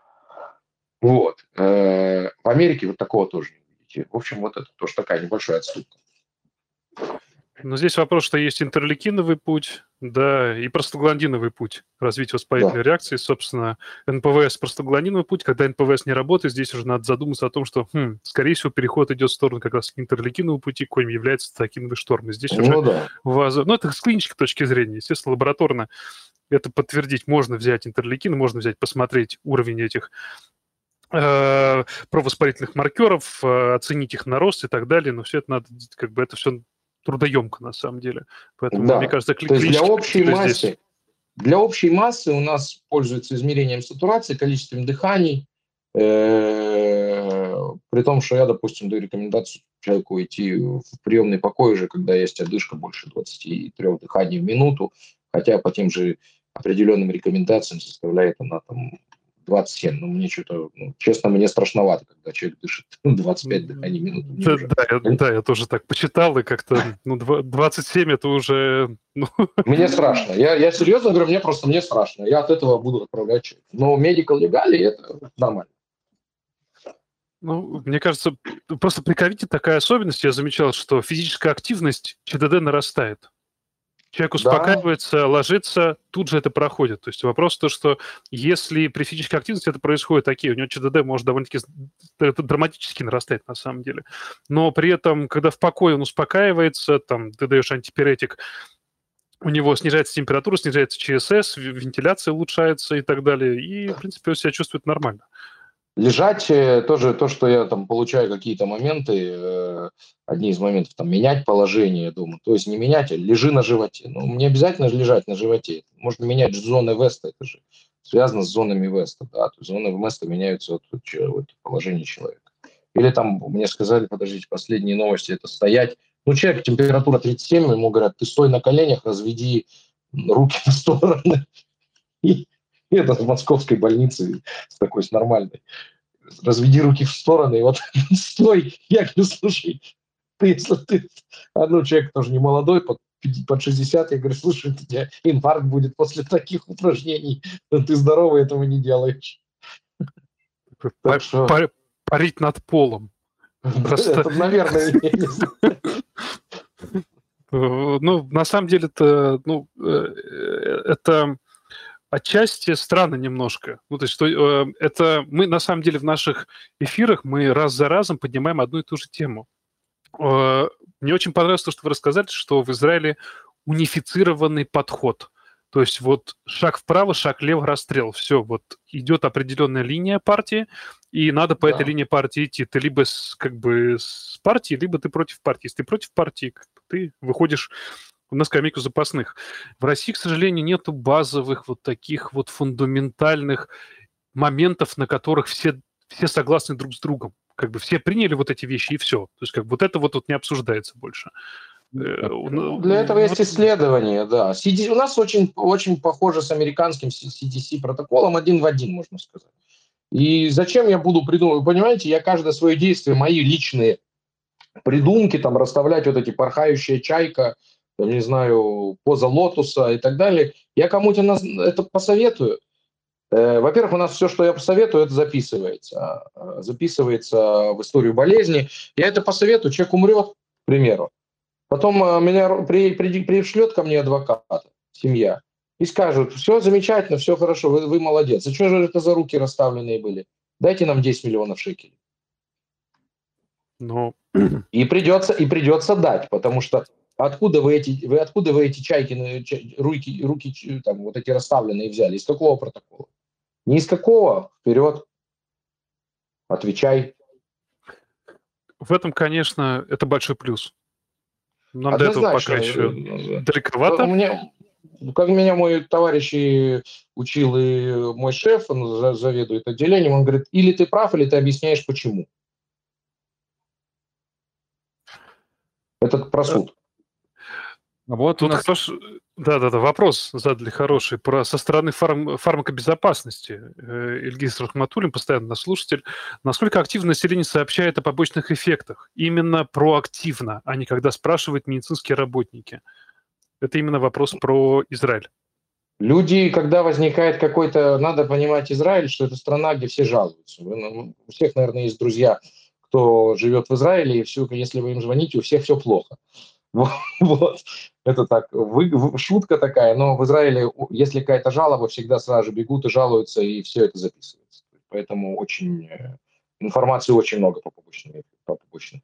Вот. В Америке вот такого тоже не увидите. В общем, вот это тоже такая небольшая отступка. Но здесь вопрос, что есть интерлейкиновый путь, да, и простагландиновый путь развития воспалительной реакции. Собственно, НПВС – простагландиновый путь. Когда НПВС не работает, здесь уже надо задуматься о том, что, скорее всего, переход идет в сторону как раз интерлейкинового пути, коим является цитокиновый шторм. И здесь уже это с клинической точки зрения, естественно, лабораторно это подтвердить можно взять интерлейкин, можно взять, посмотреть уровень этих провоспалительных маркеров, оценить их на рост и так далее, но все это надо, это все трудоемко на самом деле. Поэтому, мне кажется, то есть для общей массы у нас пользуются измерением сатурации, количеством дыханий, при том, что я, допустим, даю рекомендацию человеку идти в приемный покой уже, когда есть одышка больше 23 дыханий в минуту, хотя по тем же определенным рекомендациям составляет она там 27. Но мне что-то, честно, мне страшновато, когда человек дышит 25 дыханий в минуту. Я тоже так почитал, и как-то 27 это уже... Мне страшно. Я серьезно говорю, мне страшно. Я от этого буду отправлять человека. Но medical legal это нормально. Мне кажется, просто при ковиде такая особенность, я замечал, что физическая активность ЧДД нарастает. Человек успокаивается, ложится, тут же это проходит. То есть вопрос то, что если при физической активности это происходит, у него ЧДД может довольно-таки драматически нарастать на самом деле. Но при этом, когда в покое он успокаивается, ты даешь антипиретик, у него снижается температура, снижается ЧСС, вентиляция улучшается и так далее. И, в принципе, он себя чувствует нормально. Лежать тоже то, что я получаю какие-то моменты, одни из моментов, менять положение дома. То есть не менять, а лежи на животе. Не обязательно лежать на животе. Можно менять зоны Веста, это же связано с зонами Веста. Да? То есть зоны Веста меняются от положения человека. Или мне сказали, подождите, последние новости, это стоять. Человек, температура 37, ему говорят, ты стой на коленях, разведи руки в стороны. Это в московской больнице такой с нормальной. Разведи руки в стороны и стой. Я говорю, слушай, если ты... человек тоже не молодой, под 60, я говорю, слушай, у тебя инфаркт будет после таких упражнений. Ты здоровый, этого не делаешь. Парить над полом. Это, наверное, я не знаю. На самом деле, это отчасти странно немножко. То есть, что это мы на самом деле в наших эфирах мы раз за разом поднимаем одну и ту же тему. Мне очень понравилось то, что вы рассказали, что в Израиле унифицированный подход. То есть шаг вправо, шаг влево, расстрел. Все, идет определенная линия партии, и надо по этой линии партии идти. Ты либо с партией, либо ты против партии. Если ты против партии, ты выходишь на скамейку запасных. В России, к сожалению, нету базовых таких фундаментальных моментов, на которых все согласны друг с другом. Все приняли эти вещи, и все. То есть это не обсуждается больше. Для этого есть исследования, да. У нас очень, очень похоже с американским CDC протоколом один в один, можно сказать. И зачем я буду придумывать? Понимаете, я каждое свое действие, мои личные придумки, там, расставлять вот эти порхающая чайка, там, не знаю, поза лотуса и так далее, я кому-то это посоветую. Во-первых, у нас все, что я посоветую, это записывается. Записывается в историю болезни. Я это посоветую, человек умрет, к примеру. Потом меня пришлет ко мне адвокат, семья, и скажут: все замечательно, все хорошо, вы молодец. А что же это за руки расставленные были? Дайте нам 10 миллионов шекелей. Но... И придется дать, потому что откуда вы эти чайки, руки там, вот эти расставленные взяли? Из какого протокола? Ни из какого. Вперед. Отвечай. В этом, конечно, это большой плюс. Нам Однозначно. до этого пока еще далековато. Как меня мой товарищ учил и мой шеф, он заведует отделением, он говорит: или ты прав, или ты объясняешь, почему. Это про суд. Вот тут вопрос задали хороший со стороны фармакобезопасности. Ильгиз Рахматуллин, постоянно наш слушатель. Насколько активно население сообщает о побочных эффектах? Именно проактивно, а не когда спрашивают медицинские работники. Это именно вопрос про Израиль. Люди, когда возникает какой-то... Надо понимать Израиль, что это страна, где все жалуются. У всех, наверное, есть друзья, кто живет в Израиле, и если вы им звоните, у всех все плохо. Вот. Это так, шутка такая, но в Израиле, если какая-то жалоба, всегда сразу же бегут и жалуются, и все это записывается. Поэтому информации очень много по побочным эффектам.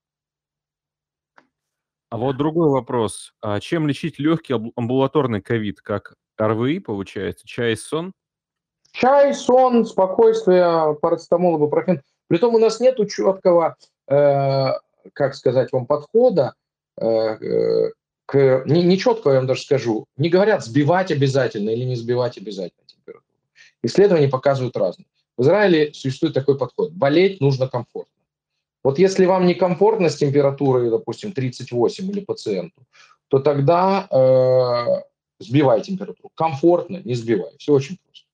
А вот другой вопрос. А чем лечить легкий амбулаторный ковид? Как РВИ, получается? Чай и сон? Чай, сон, спокойствие, парацетамол, ибупрофен. Притом у нас нету четкого, как сказать вам, подхода не четкого, я вам даже скажу. Не говорят сбивать обязательно или не сбивать обязательно температуру. Исследования показывают разное. В Израиле существует такой подход. Болеть нужно комфортно. Вот если вам некомфортно с температурой, допустим, 38 или пациенту, то тогда сбивай температуру. Комфортно, не сбивай. Все очень просто.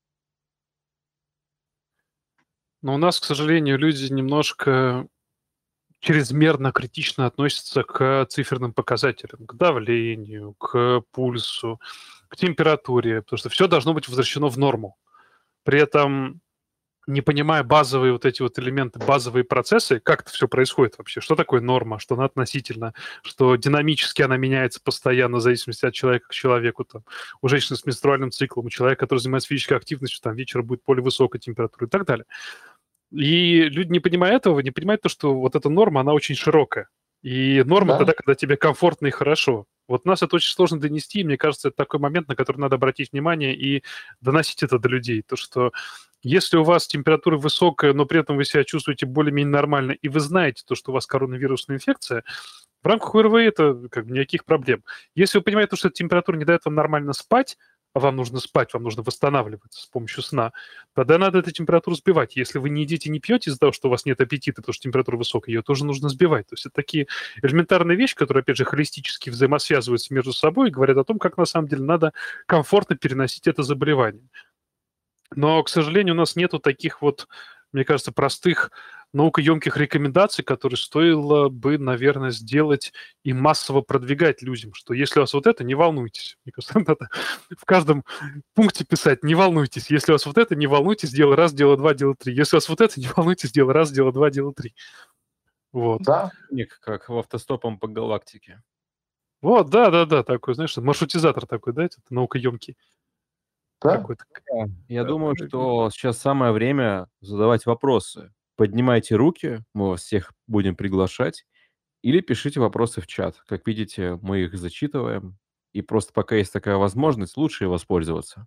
Но у нас, к сожалению, люди немножко чрезмерно критично относятся к циферным показателям, к давлению, к пульсу, к температуре, потому что все должно быть возвращено в норму. При этом, не понимая базовые вот эти вот элементы, базовые процессы, как это все происходит вообще, что такое норма, что она относительно, что динамически она меняется постоянно в зависимости от человека к человеку. Там, у женщины с менструальным циклом, у человека, который занимается физической активностью, там вечером будет более высокая температура и так далее. И люди, не понимая этого, не понимают то, что вот эта норма, она очень широкая. И норма тогда, когда тебе комфортно и хорошо. Вот нас это очень сложно донести, и мне кажется, это такой момент, на который надо обратить внимание и доносить это до людей. То, что если у вас температура высокая, но при этом вы себя чувствуете более-менее нормально, и вы знаете то, что у вас коронавирусная инфекция, в рамках ОРВИ это как бы никаких проблем. Если вы понимаете, что эта температура не дает вам нормально спать, а вам нужно спать, вам нужно восстанавливаться с помощью сна, тогда надо эту температуру сбивать. Если вы не едите, не пьете из-за того, что у вас нет аппетита, потому что температура высокая, ее тоже нужно сбивать. То есть это такие элементарные вещи, которые, опять же, холистически взаимосвязываются между собой и говорят о том, как на самом деле надо комфортно переносить это заболевание. Но, к сожалению, у нас нету таких вот, мне кажется, простых наукоемких рекомендаций, которые стоило бы, наверное, сделать и массово продвигать людям, что если у вас вот это, не волнуйтесь. Мне кажется, надо в каждом пункте писать: не волнуйтесь. Если у вас вот это, не волнуйтесь, делай раз, делай два, делай три. Если у вас вот это, не волнуйтесь, делай раз, делай два, делай три. Вот. Да. Как в автостопом по галактике. Вот, да, такой, знаешь, маршрутизатор такой, да, это наукоемкий. Да. Я думаю, что сейчас самое время задавать вопросы. Поднимайте руки, мы вас всех будем приглашать, или пишите вопросы в чат. Как видите, мы их зачитываем, и просто пока есть такая возможность, лучше ей воспользоваться.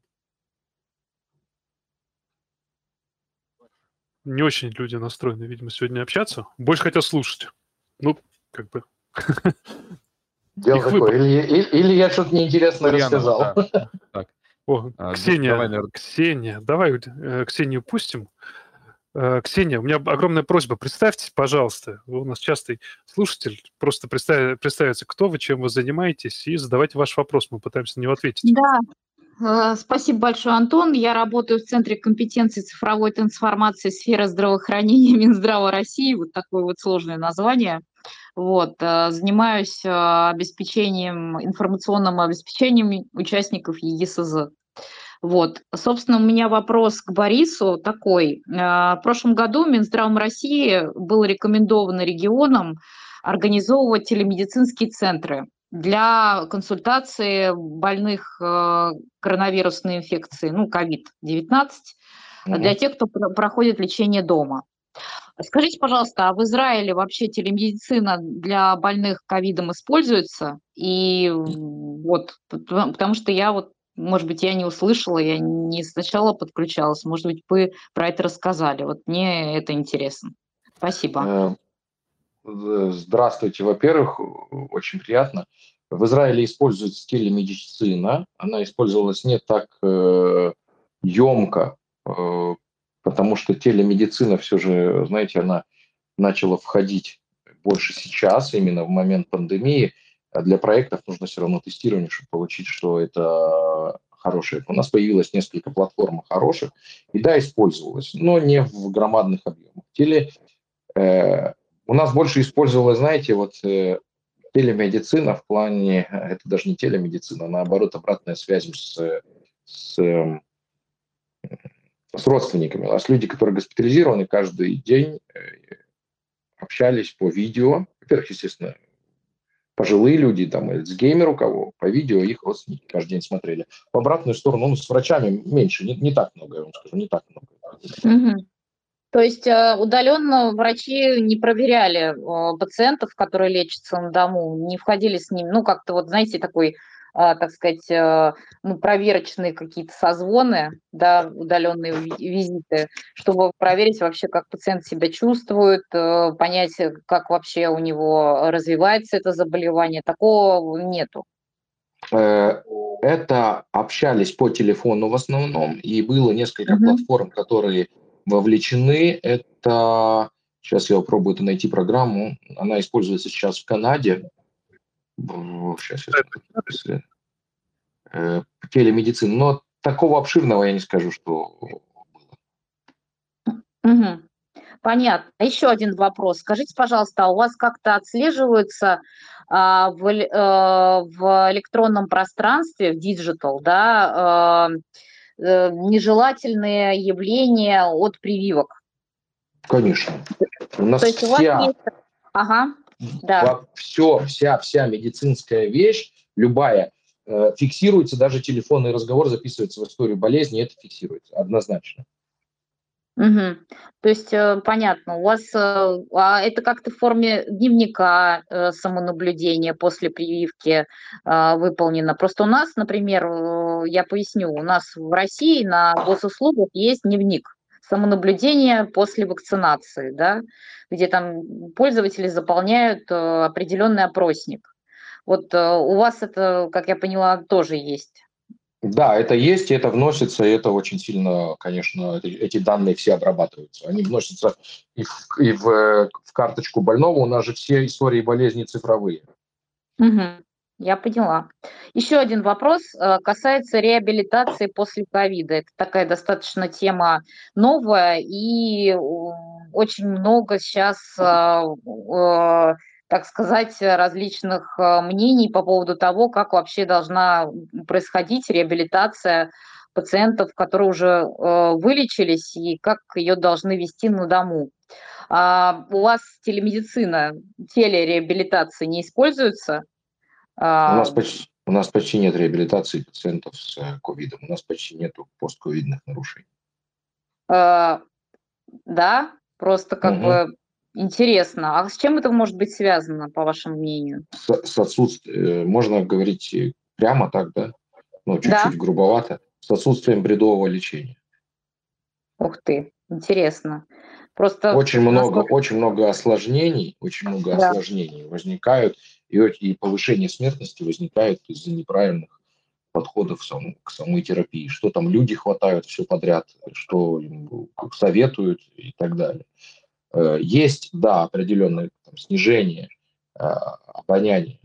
Не очень люди настроены, видимо, сегодня общаться. Больше хотят слушать. Ну, как бы... Дело такое. Или я что-то неинтересное рассказал. Да. Так. О, Ксения, давай, наверное. Ксения, давай Ксению пустим. Ксения, у меня огромная просьба. Представьтесь, пожалуйста, вы у нас частый слушатель. Просто представиться, кто вы, чем вы занимаетесь, и задавайте ваш вопрос. Мы пытаемся на него ответить. Да, спасибо большое, Антон. Я работаю в Центре компетенции цифровой трансформации сферы здравоохранения Минздрава России. Вот такое вот сложное название. Вот, занимаюсь обеспечением, информационным обеспечением участников ЕГИСЗ. Вот, собственно, у меня вопрос к Борису такой. В прошлом году Минздравом России было рекомендовано регионам организовывать телемедицинские центры для консультации больных коронавирусной инфекцией, ну, COVID-19, для тех, кто проходит лечение дома. Скажите, пожалуйста, а в Израиле вообще телемедицина для больных ковидом используется? И вот, потому что я вот, может быть, я не услышала, я не сначала подключалась, может быть, вы про это рассказали. Вот мне это интересно. Спасибо. Здравствуйте, во-первых, очень приятно. В Израиле используется телемедицина, она использовалась не так емко, потому что телемедицина все же, знаете, она начала входить больше сейчас, именно в момент пандемии. А для проектов нужно все равно тестирование, чтобы получить, что это хорошее. У нас появилось несколько платформ хороших, и да, использовалось, но не в громадных объемах. У нас больше использовалась, знаете, вот телемедицина в плане, это даже не телемедицина, а наоборот, обратная связь с родственниками. У нас люди, которые госпитализированы, каждый день общались по видео. Во-первых, естественно, пожилые люди, там, Альцгеймер у кого, по видео их родственники каждый день смотрели. В обратную сторону, ну, с врачами меньше, не так много, я вам скажу, не так много. Угу. То есть удаленно врачи не проверяли пациентов, которые лечатся на дому, не входили с ним, ну, как-то вот, знаете, такой, так сказать, ну, проверочные какие-то созвоны, да, удаленные визиты, чтобы проверить вообще, как пациент себя чувствует, понять, как вообще у него развивается это заболевание. Такого нету. Это общались по телефону в основном, и было несколько платформ, которые вовлечены. Это, сейчас я попробую найти программу, она используется сейчас в Канаде. Сейчас телемедицина, но такого обширного я не скажу, что было. Понятно. Еще один вопрос. Скажите, пожалуйста, а у вас как-то отслеживаются в электронном пространстве, в диджитал, да, нежелательные явления от прививок? Конечно. У нас То есть у вас есть... Ага, да. Вся медицинская вещь, любая, фиксируется, даже телефонный разговор записывается в историю болезни, это фиксируется однозначно. Угу. То есть, понятно, у вас это как-то в форме дневника самонаблюдения после прививки выполнено. Просто у нас, например, я поясню, у нас в России на госуслугах есть дневник самонаблюдения после вакцинации, да, где там пользователи заполняют определенный опросник. Вот у вас это, как я поняла, тоже есть. Да, это есть, и это вносится, и это очень сильно, конечно, эти данные все обрабатываются. Они вносятся и в карточку больного, у нас же все истории болезни цифровые. Угу. Я поняла. Еще один вопрос касается реабилитации после ковида. Это такая достаточно тема новая, и очень много сейчас, так сказать, различных мнений по поводу того, как вообще должна происходить реабилитация пациентов, которые уже вылечились, и как ее должны вести на дому. У вас телемедицина, телереабилитация не используется? У нас почти нет реабилитации пациентов с ковидом, у нас почти нет постковидных нарушений. Да, просто как бы интересно. А с чем это может быть связано, по вашему мнению? С отсутствием, можно говорить прямо так, да? Ну, чуть-чуть грубовато. С отсутствием бредового лечения. Ух ты, интересно. Просто очень много осложнений, возникают, и повышение смертности возникает из-за неправильных подходов к самой терапии, что там люди хватают все подряд, что им советуют и так далее. Есть, да, определенное там, снижение обоняния,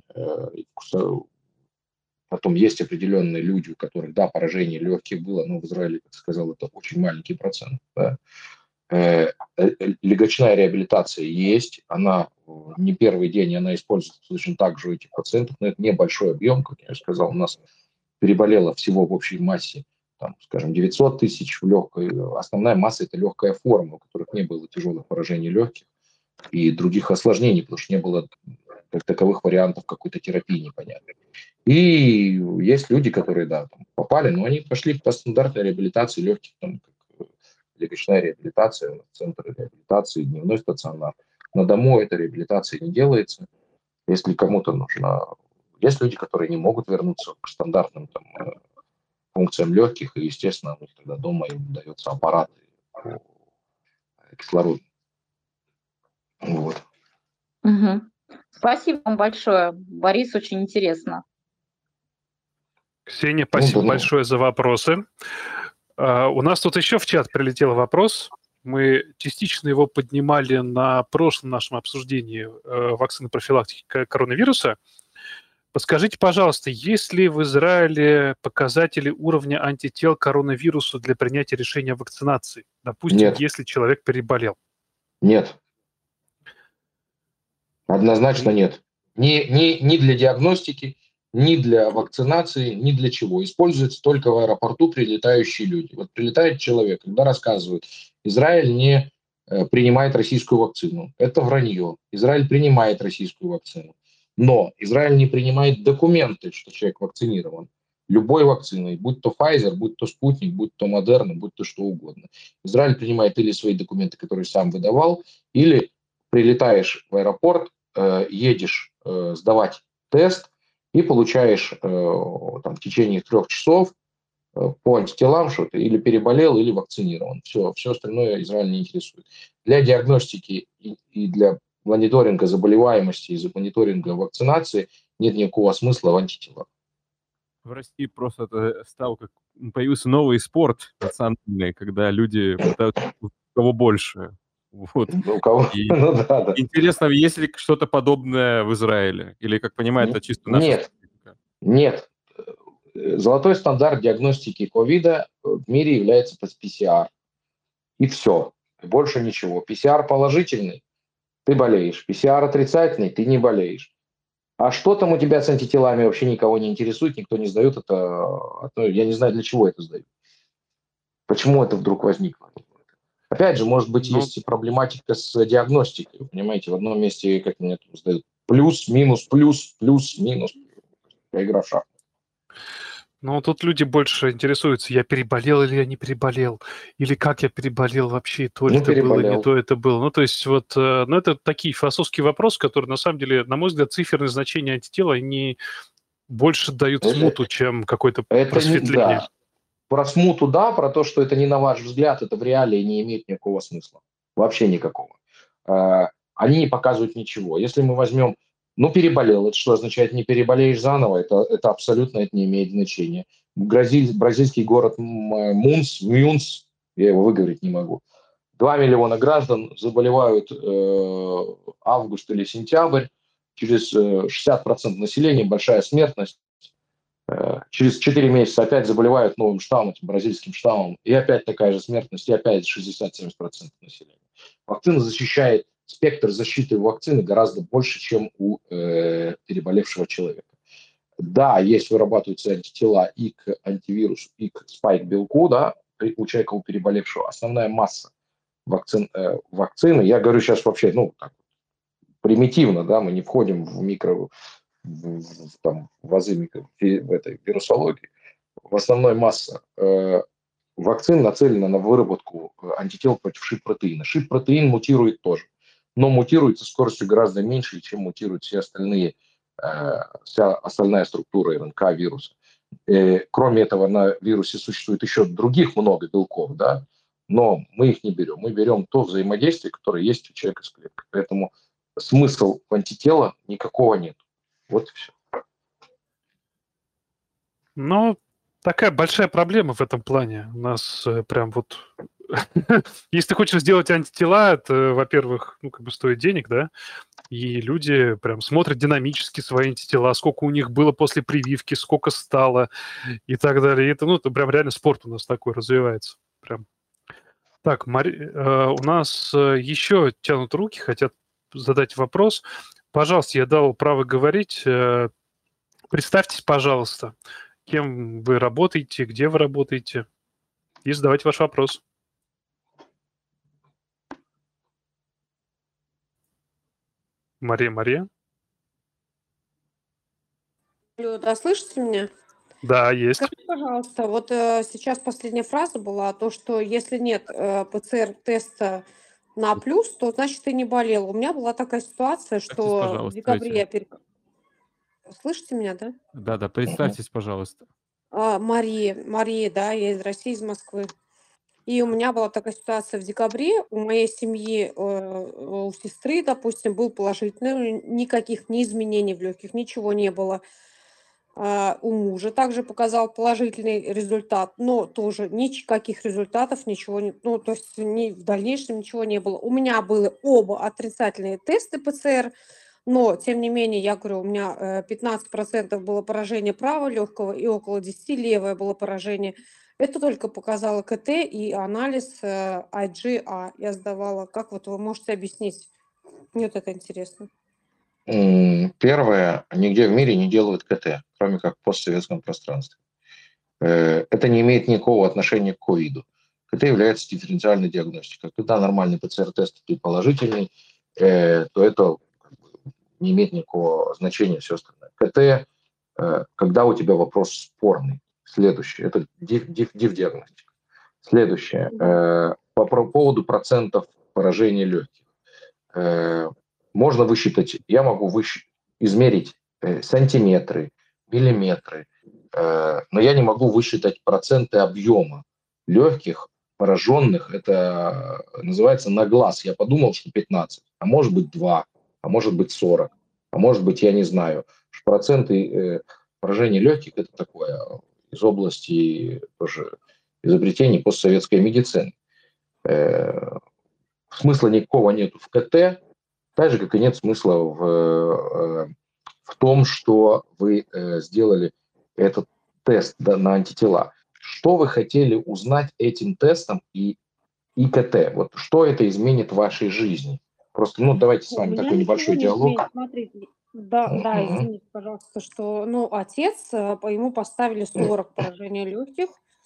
потом есть определенные люди, у которых, да, поражение легких было, но в Израиле, как сказал, это очень маленький процент. Да. Легочная реабилитация есть, она не первый день, она используется точно так же у этих пациентов, но это небольшой объем, как я сказал, у нас переболело всего в общей массе, там, скажем, 900 тысяч в легкой. Основная масса – это легкая форма, у которых не было тяжелых поражений легких и других осложнений, потому что не было как таковых вариантов какой-то терапии непонятной. И есть люди, которые, да, там, попали, но они пошли по стандартной реабилитации легких, там, как легочная реабилитация, центр реабилитации, дневной стационар. На дому эта реабилитация не делается. Если кому-то нужна... Есть люди, которые не могут вернуться к стандартным там, функциям легких, и, естественно, у них тогда дома им дается аппарат по кислороду. Вот. Угу. Спасибо вам большое, Борис, очень интересно. Ксения, спасибо большое за вопросы. У нас тут еще в чат прилетел вопрос. Мы частично его поднимали на прошлом нашем обсуждении вакцины профилактики коронавируса. Подскажите, пожалуйста, есть ли в Израиле показатели уровня антител к коронавирусу для принятия решения о вакцинации? Допустим, Нет. если человек переболел. Нет. Однозначно нет. Ни для диагностики, ни для вакцинации, ни для чего. Используется только в аэропорту прилетающие люди. Вот прилетает человек, когда рассказывают, Израиль не принимает российскую вакцину. Это вранье. Израиль принимает российскую вакцину. Но Израиль не принимает документы, что человек вакцинирован. Любой вакциной, будь то Pfizer, будь то Спутник, будь то Модерна, будь то что угодно. Израиль принимает или свои документы, которые сам выдавал, или прилетаешь в аэропорт, едешь сдавать тест и получаешь там, в течение 3 часов по антителам, что ты или переболел, или вакцинирован. Все остальное Израиль не интересует. Для диагностики и для мониторинга заболеваемости и за мониторинга вакцинации нет никакого смысла в антителах. В России просто это стал как появился новый спорт национальный, когда люди пытаются у кого больше. Вот. Ну, у кого? И Ну, да. интересно, есть ли что-то подобное в Израиле? Или, как понимаю, это чисто наша специфика? Нет. Золотой стандарт диагностики ковида в мире является PCR. И все. Больше ничего. PCR положительный, ты болеешь. PCR отрицательный, ты не болеешь. А что там у тебя с антителами вообще никого не интересует, никто не сдает это. Я не знаю, для чего это сдают. Почему это вдруг возникло? Опять же, может быть, есть проблематика с диагностикой. Вы понимаете, в одном месте, как мне тут сдают, плюс, минус, плюс, минус. Игра в шахматы. Ну, тут люди больше интересуются, я переболел или я не переболел, или как я переболел вообще, то ли это было, не то это было. Ну, то есть вот, ну, это такие философские вопросы, которые, на самом деле, на мой взгляд, циферные значения антитела, они больше дают смуту, чем какое-то просветление. Да. Про смуту, да, про то, что это не на ваш взгляд, это в реалии не имеет никакого смысла. Вообще никакого. Они не показывают ничего. Если мы возьмем, переболел, это что означает, не переболеешь заново? Это абсолютно это не имеет значения. Бразильский город Мюнс, я его выговорить не могу, 2 миллиона граждан заболевают август или сентябрь, через 60% населения, большая смертность. Через 4 месяца опять заболевают новым штаммом, бразильским штаммом, и опять такая же смертность, и опять 60-70% населения. Вакцина защищает, спектр защиты вакцины гораздо больше, чем у переболевшего человека. Да, есть вырабатываются антитела и к антивирусу, и к спайк-белку, да, у человека, у переболевшего. Основная масса вакцины, я говорю сейчас вообще, так, примитивно, да, мы не входим в в азы в этой вирусологии, в основной масса вакцин нацелена на выработку антител против шип-протеина. Шип-протеин мутирует тоже, но мутирует со скоростью гораздо меньше, чем мутируют вся остальная структура РНК вируса. Кроме этого, на вирусе существует еще других много белков, да, но мы их не берем. Мы берем то взаимодействие, которое есть у человека с клеткой. Поэтому смысла в антитела никакого нет. Вот и все. Ну, такая большая проблема в этом плане. У нас прям вот... Если ты хочешь сделать антитела, это, во-первых, ну, как бы стоит денег, да? И люди прям смотрят динамически свои антитела, сколько у них было после прививки, сколько стало и так далее. И это, ну, это прям реально спорт у нас такой развивается. Прям. Так, у нас еще тянут руки, хотят задать вопрос. Пожалуйста, я дал право говорить. Представьтесь, пожалуйста, кем вы работаете, где вы работаете, и задавайте ваш вопрос. Мария. Да, слышите меня? Да, есть. Скажите, пожалуйста, вот сейчас последняя фраза была, то, что если нет ПЦР-теста на плюс, то значит ты не болел. У меня была такая ситуация, что в декабре я Слышите меня, да? Да, представьтесь, пожалуйста. Мария, да, я из России, из Москвы. И у меня была такая ситуация в декабре. У моей семьи, у сестры, допустим, был положительный, никаких ни изменений в легких, ничего не было. У мужа также показал положительный результат, но тоже никаких результатов, ничего не, ну, то есть в дальнейшем ничего не было. У меня были оба отрицательные тесты ПЦР, но, тем не менее, я говорю, у меня 15% было поражение правого легкого и около 10% левое было поражение. Это только показало КТ и анализ IgA я сдавала. Как вот вы можете объяснить? Мне вот это интересно. Первое, нигде в мире не делают КТ, кроме как в постсоветском пространстве. Это не имеет никакого отношения к ковиду. КТ является дифференциальной диагностикой. Когда нормальный ПЦР-тест положительный, то это не имеет никакого значения все остальное. КТ, когда у тебя вопрос спорный. Следующее, это диф-диагностика. Следующее, по поводу процентов поражения легких. Можно высчитать, я могу измерить сантиметры, миллиметры, но я не могу высчитать проценты объема легких пораженных. Это называется на глаз. Я подумал, что 15, а может быть 2, а может быть 40, а может быть, я не знаю. Проценты поражения легких – это такое из области тоже изобретений постсоветской медицины. Смысла никакого нету в КТ, так же, как и нет смысла в том, что вы сделали этот тест на антитела. Что вы хотели узнать этим тестом и КТ? Вот что это изменит в вашей жизни? Просто, давайте с вами такой небольшой диалог. Смотрите, да, извините, пожалуйста, что, отец, ему поставили 40 поражения легких,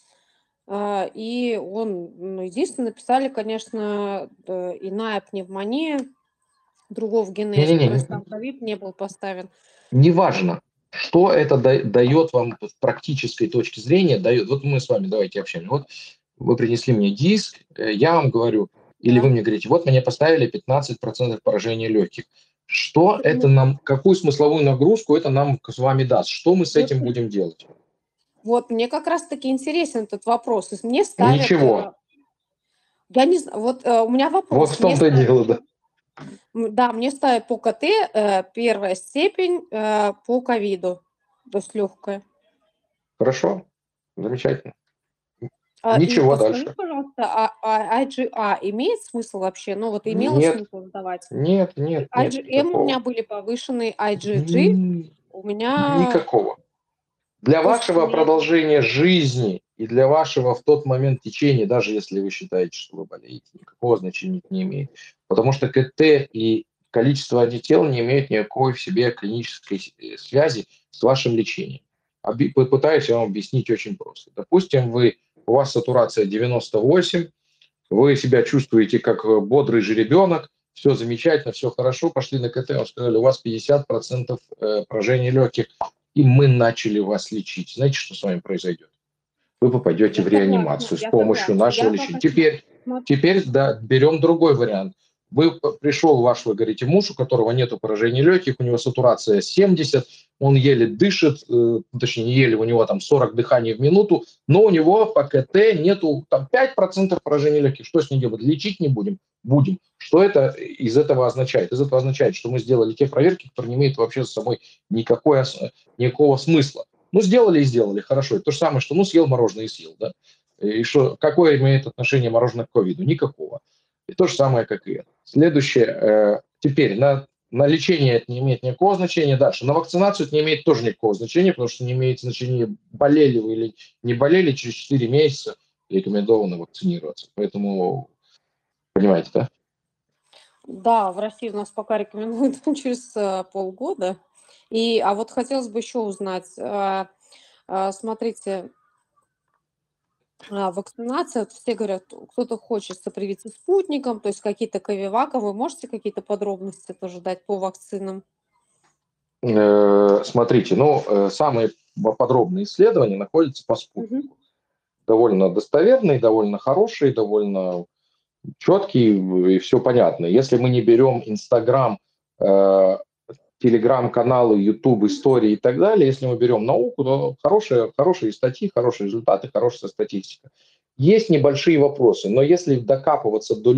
и он, единственное, написали, конечно, иная пневмония, другого генеза, то есть там ковид не был поставен. Неважно, что это дает вам с практической точки зрения, дает. Вот мы с вами давайте общаемся. Вот вы принесли мне диск, я вам говорю, или вы мне говорите, вот мне поставили 15% поражения легких. Что это нам, какую смысловую нагрузку это нам с вами даст? Что мы с этим будем делать? Вот, мне как раз-таки интересен этот вопрос. И мне ставят... Ничего. Я не знаю, вот у меня вопрос. Вот в том-то и дело, да. Да, мне ставят по КТ первая степень по ковиду, то есть легкая. Хорошо, замечательно. Ничего дальше. Скажи, пожалуйста, IgA имеет смысл вообще? Имело смысл сдавать? Нет. IgM у меня были повышенные, IgG у меня... Никакого. Для вашего продолжения жизни и для вашего в тот момент течения, даже если вы считаете, что вы болеете, никакого значения не имеет. Потому что КТ и количество антител не имеют никакой в себе клинической связи с вашим лечением. Попытаюсь вам объяснить очень просто. Допустим, у вас сатурация 98, вы себя чувствуете как бодрый жеребенок, все замечательно, все хорошо, пошли на КТ, вам сказали, у вас 50% поражения легких, и мы начали вас лечить. Знаете, что с вами произойдет? Вы попадете в реанимацию с помощью нашего лечения. Теперь берем другой вариант. Пришел ваш, вы говорите, муж, у которого нет поражения легких, у него сатурация 70, он еле дышит, точнее, не еле, у него там 40 дыханий в минуту, но у него по КТ нету там 5% поражения легких. Что с ним делать? Лечить не будем? Будем. Что это из этого означает? Из этого означает, что мы сделали те проверки, которые не имеют вообще с собой никакого смысла. Ну, сделали и сделали, хорошо. Это то же самое, что, ну, съел мороженое и съел, да? И что, какое имеет отношение мороженое к ковиду? Никакого. И то же самое, как и это. Следующее. Теперь на лечение это не имеет никакого значения. Дальше. На вакцинацию это не имеет тоже никакого значения, потому что не имеет значения, болели вы или не болели, через 4 месяца рекомендовано вакцинироваться. Поэтому, понимаете, да? Да, в России у нас пока рекомендуют через полгода. А вот хотелось бы еще узнать, смотрите, вакцинация, вот все говорят, кто-то хочет привиться спутником, то есть какие-то ковивака. Вы можете какие-то подробности тоже дать по вакцинам? Смотрите, самые подробные исследования находятся по спутнику. Довольно достоверные, довольно хорошие, довольно четкие, и все понятно. Если мы не берем Инстаграм, Телеграм-каналы, Ютуб, истории и так далее, если мы берем науку, то хорошие статьи, хорошие результаты, хорошая статистика. Есть небольшие вопросы, но если докапываться до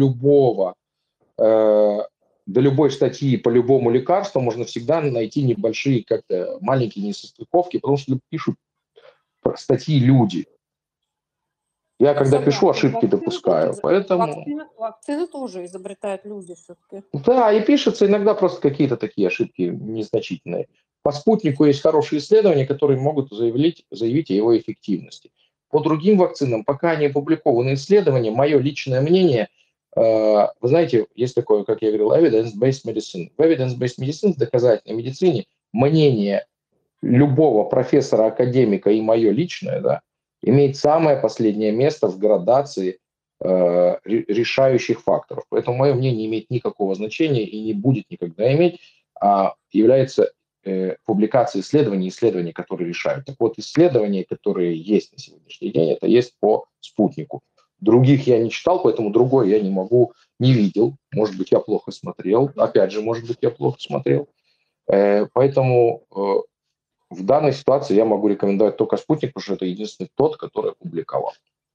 любой статьи по любому лекарству, можно всегда найти небольшие, как-то маленькие несостыковки, потому что пишут статьи люди. Я когда пишу, ошибки допускаю, поэтому... Вакцины тоже изобретают люди все-таки. Да, и пишутся иногда просто какие-то такие ошибки незначительные. По спутнику есть хорошие исследования, которые могут заявить о его эффективности. По другим вакцинам пока не опубликованы исследования. Мое личное мнение, вы знаете, есть такое, как я говорил, evidence-based medicine. В evidence-based medicine, в доказательной медицине, мнение любого профессора, академика и мое личное, да, имеет самое последнее место в градации решающих факторов. Поэтому мое мнение не имеет никакого значения и не будет никогда иметь, а является публикацией исследований, которые решают. Так вот, исследования, которые есть на сегодняшний день, это есть по спутнику. Других я не читал, поэтому другой я не видел. Может быть, я плохо смотрел. Опять же, может быть, я плохо смотрел. Поэтому в данной ситуации я могу рекомендовать только спутник, потому что это единственный тот, который опубликовал.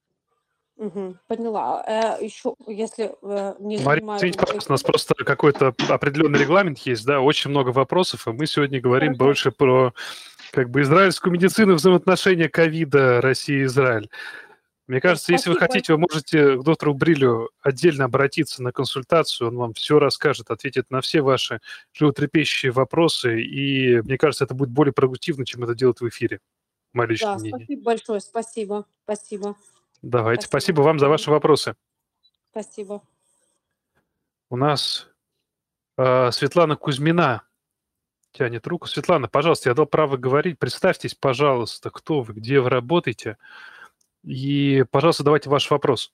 Поняла. Еще, если не Мария, занимаю... извините, пожалуйста, у нас просто какой-то определенный регламент есть, да, очень много вопросов, и мы сегодня говорим больше про израильскую медицину, взаимоотношения ковида России и Израиль. Мне кажется, если вы хотите, вы можете к доктору Брилю отдельно обратиться на консультацию, он вам все расскажет, ответит на все ваши животрепещущие вопросы, и мне кажется, это будет более продуктивно, чем это делать в эфире. Мое личное мнение. Спасибо большое, спасибо. Давайте, спасибо вам за ваши вопросы. Спасибо. У нас Светлана Кузьмина тянет руку. Светлана, пожалуйста, я дал право говорить. Представьтесь, пожалуйста, кто вы, где вы работаете. И, пожалуйста, давайте ваш вопрос.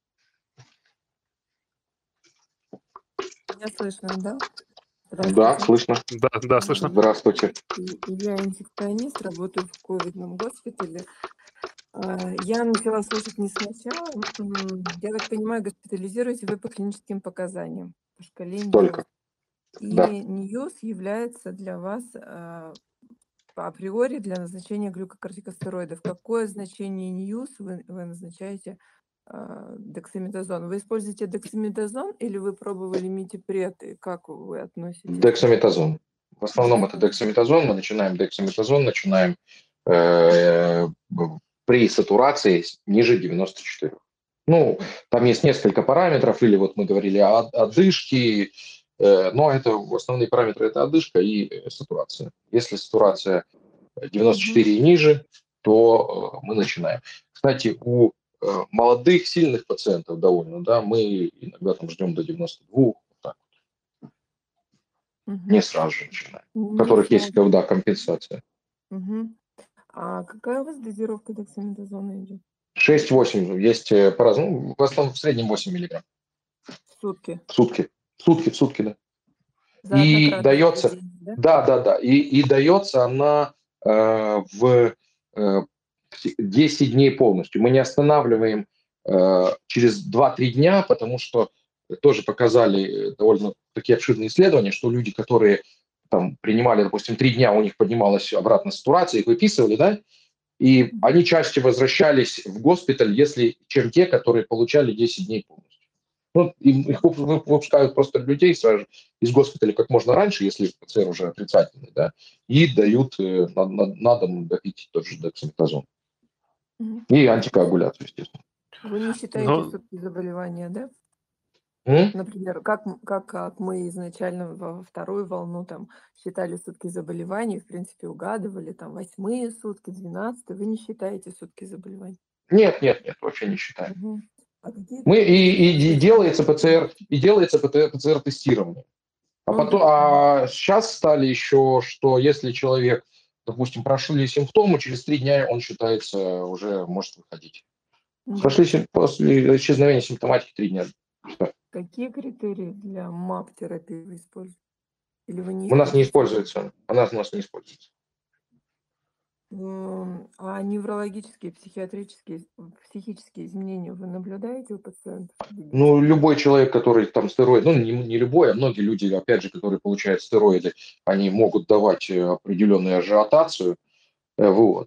Меня слышно, да? Да, слышно. Да, слышно. Здравствуйте. Я инфекционист, работаю в ковидном госпитале. Я начала слушать не сначала. Я так понимаю, госпитализируете вы по клиническим показаниям, по шкале НИОС. Только. И Да. НИОС является для вас априори для назначения глюкокортикостероидов. Какое значение НИОС вы назначаете дексаметазон? Вы используете дексаметазон или вы пробовали митипред? И как вы относитесь? Дексаметазон. В основном это дексаметазон. Мы начинаем дексаметазон, при сатурации ниже 94. Там есть несколько параметров, или вот мы говорили о одышке, но это основные параметры – это одышка и сатурация. Если сатурация 94 и ниже, то мы начинаем. Кстати, у молодых, сильных пациентов довольно, да, мы иногда там ждем до 92, вот так вот. Не сразу же начинаем. У которых есть, компенсация. А какая у вас дозировка дексаметазона идет? 6-8, есть по-разному, в основном в среднем 8 миллиграмм. В сутки? В сутки, да. За И однократное дается, введение, да? да, и дается она в 10 дней полностью. Мы не останавливаем через 2-3 дня, потому что тоже показали довольно такие обширные исследования, что люди, которые там принимали, допустим, 3 дня, у них поднималась обратно сатурация, их выписывали, да, и они чаще возвращались в госпиталь, чем те, которые получали 10 дней полностью. Ну, их выпускают просто людей сразу же из госпиталя как можно раньше, если ПЦР уже отрицательный, да, и дают на дом допить тот же дексаметазон. И антикоагуляцию, естественно. Вы не считаете Но сутки заболевания, да? М? Например, как мы изначально во вторую волну там считали сутки заболеваний, в принципе, угадывали, там 8-е сутки, 12-е. Вы не считаете сутки заболеваний? Нет, вообще не считаем. Мгм. А какие Мы критерии? и делается ПЦР тестирование. А Ну потом, да. сейчас стали еще, что если человек, допустим, прошли симптомы, через 3 дня он считается уже может выходить. Мгм. После исчезновения симптоматики 3 дня. Всё. Какие критерии для МАП-терапии вы используете? Или вы не У нас не используете? используется. Она у нас не используется. А неврологические, психические изменения вы наблюдаете у пациентов? Ну, любой человек, который там стероид, ну, не любой, а многие люди, опять же, которые получают стероиды, они могут давать определенную ажиотацию. Вот.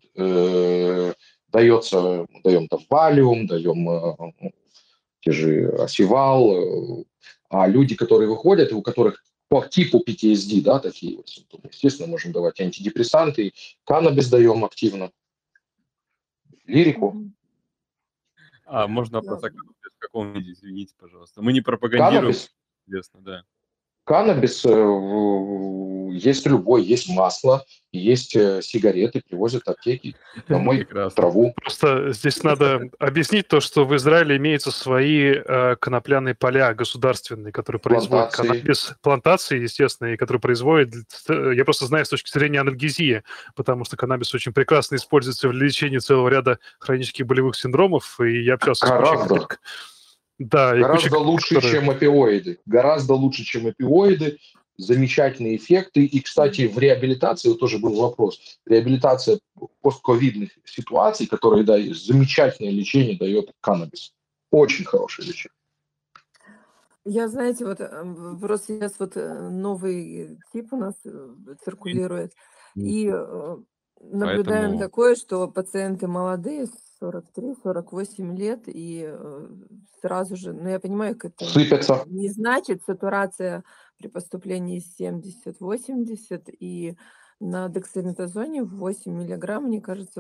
Даем там валиум, даем те же осивал. А люди, которые выходят, и у которых по типу PTSD, да, такие вот симптомы, естественно, можем давать антидепрессанты, каннабис даем активно, лирику. Мгм. А можно Да. вопрос, в каком виде, извините, пожалуйста. Мы не пропагандируем, Каннабис, известно, да. каннабис есть любой, есть масло, есть сигареты, привозят аптеки домой, Прекрасно. траву. просто здесь надо объяснить то, что в Израиле имеются свои конопляные поля государственные, которые производят Плантации. каннабис, плантации, естественно, и которые производят... Я просто знаю с точки зрения анальгезии, потому что каннабис очень прекрасно используется в лечении целого ряда хронических болевых синдромов, и я общался с кучей Гораздо. коллег. Да, и куча Гораздо коллег, лучше, которые... чем опиоиды. Гораздо лучше, чем опиоиды. Замечательные эффекты. И, кстати, в реабилитации, вот тоже был вопрос, реабилитация постковидных ситуаций, которые дают замечательное лечение, дает каннабис. Очень хорошее лечение. Я, знаете, вот просто сейчас вот новый тип у нас циркулирует, и наблюдаем Поэтому такое, что пациенты молодые, 43-48 лет, и сразу же, ну я понимаю, как это Сыпятся. не значит, сатурация при поступлении 70-80, и на дексаметазоне 8 миллиграмм, мне кажется,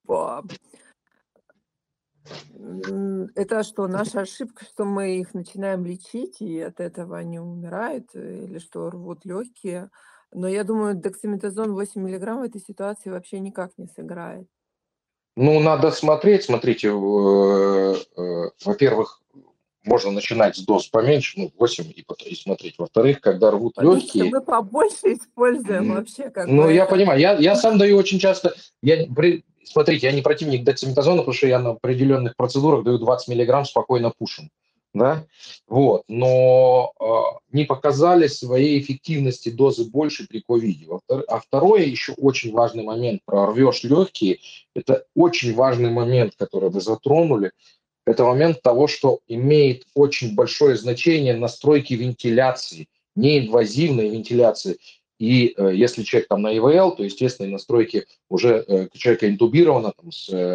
это что, наша ошибка, что мы их начинаем лечить, и от этого они умирают, или что рвут легкие. Но я думаю, дексаметазон 8 миллиграмм в этой ситуации вообще никак не сыграет. Ну, надо смотреть. Смотрите, во-первых, можно начинать с доз поменьше, ну, 8, и смотреть. Во-вторых, когда рвут Потому что легкие, мы побольше используем вообще, как бы ну, я это. понимаю. Я сам даю очень часто... Смотрите, я не противник дексаметазона, потому что я на определенных процедурах даю 20 миллиграмм спокойно пушим. Да? Вот. Но не показали своей эффективности дозы больше при ковиде. А второе, еще очень важный момент, прорвешь легкие, это очень важный момент, который вы затронули, это момент того, что имеет очень большое значение настройки вентиляции, неинвазивной вентиляции. И если человек там на ИВЛ, то, естественно, настройки уже человека интубировано там,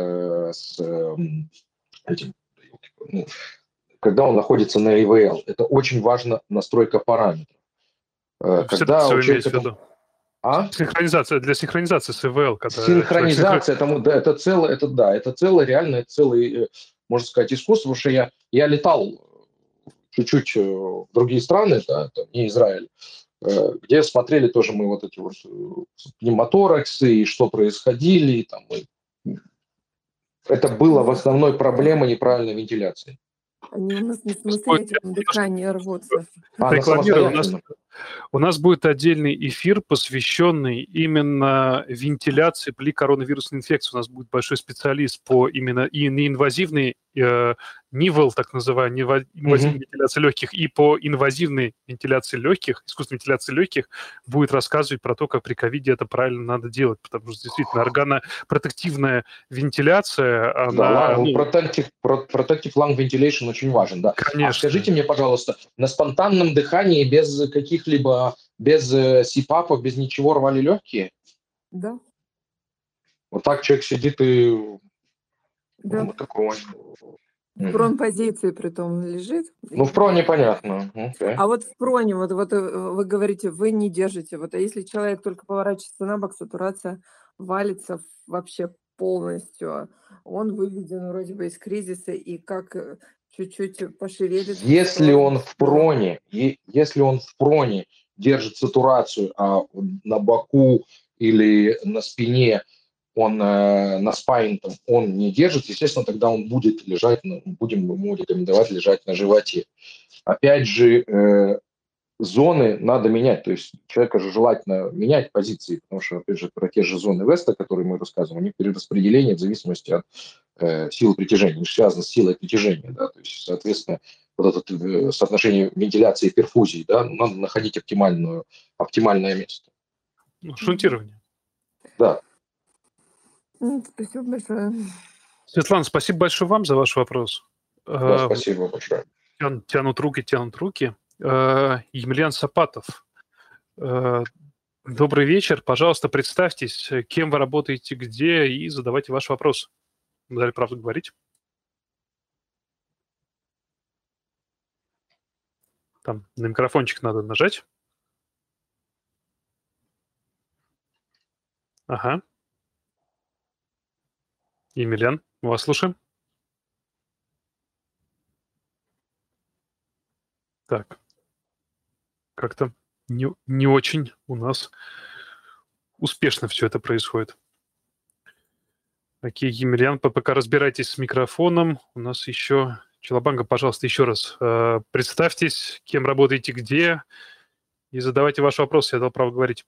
этим, ну, когда он находится на ИВЛ. Это очень важна настройка параметров. Когда Седацию у вы имеете человека в там... виду? А? Синхронизация, для синхронизации с ИВЛ, когда человек Синхронизация, это целое, реально, это целый, можно сказать, искусство, потому что я летал чуть-чуть в другие страны, да, там, не Израиль, где смотрели тоже мы вот эти вот пневмотораксы, и что происходили, и там, это было в основной проблема неправильной вентиляции. Они у нас на будет самостоятельном дыхании рвутся. На рекламирую. самостоятельном. У нас будет отдельный эфир, посвященный именно вентиляции при коронавирусной инфекции. У нас будет большой специалист по именно и неинвазивной НИВЛ, так называемой, инвазивной вентиляции легких, и по инвазивной вентиляции легких, искусственной вентиляции легких, будет рассказывать про то, как при ковиде это правильно надо делать, потому что действительно органопротективная вентиляция, Да, она... protective lung ventilation очень важен, да. Конечно. А скажите мне, пожалуйста, на спонтанном дыхании без каких-либо, без СИПАПов, без ничего рвали легкие? Да. Вот так человек сидит и... Да. Ну, такого. В промпозиции притом лежит. Ну, в проне понятно. Окей. А вот в проне, вот вы говорите, вы не держите. Вот, а если человек только поворачивается на бок, сатурация валится вообще полностью. Он выведен вроде бы из кризиса, и как чуть-чуть пошевелит. Если он в проне, держит сатурацию, а на боку или на спине он на спайне он не держит, естественно, тогда он будет лежать, будем ему рекомендовать лежать на животе. Опять же, зоны надо менять, то есть человека же желательно менять позиции, потому что, опять же, про те же зоны Веста, которые мы рассказываем, они перераспределение в зависимости от силы притяжения, они связаны с силой притяжения, да, то есть, соответственно, вот это соотношение вентиляции и перфузии, да, надо находить оптимальное место. Шунтирование. Да. Спасибо большое. Светлана, спасибо большое вам за ваш вопрос. Да, спасибо большое. Тянут руки. Емельян Сапатов. Добрый вечер. Пожалуйста, представьтесь, кем вы работаете, где, и задавайте ваш вопрос. Мы дали правду говорить. Там на микрофончик надо нажать. Ага. Емельян, мы вас слушаем. Так. Как-то не очень у нас успешно все это происходит. Окей, Емельян, пока разбирайтесь с микрофоном. У нас еще... Челобанга, пожалуйста, еще раз представьтесь, кем работаете, где, и задавайте ваш вопрос, я дал право говорить.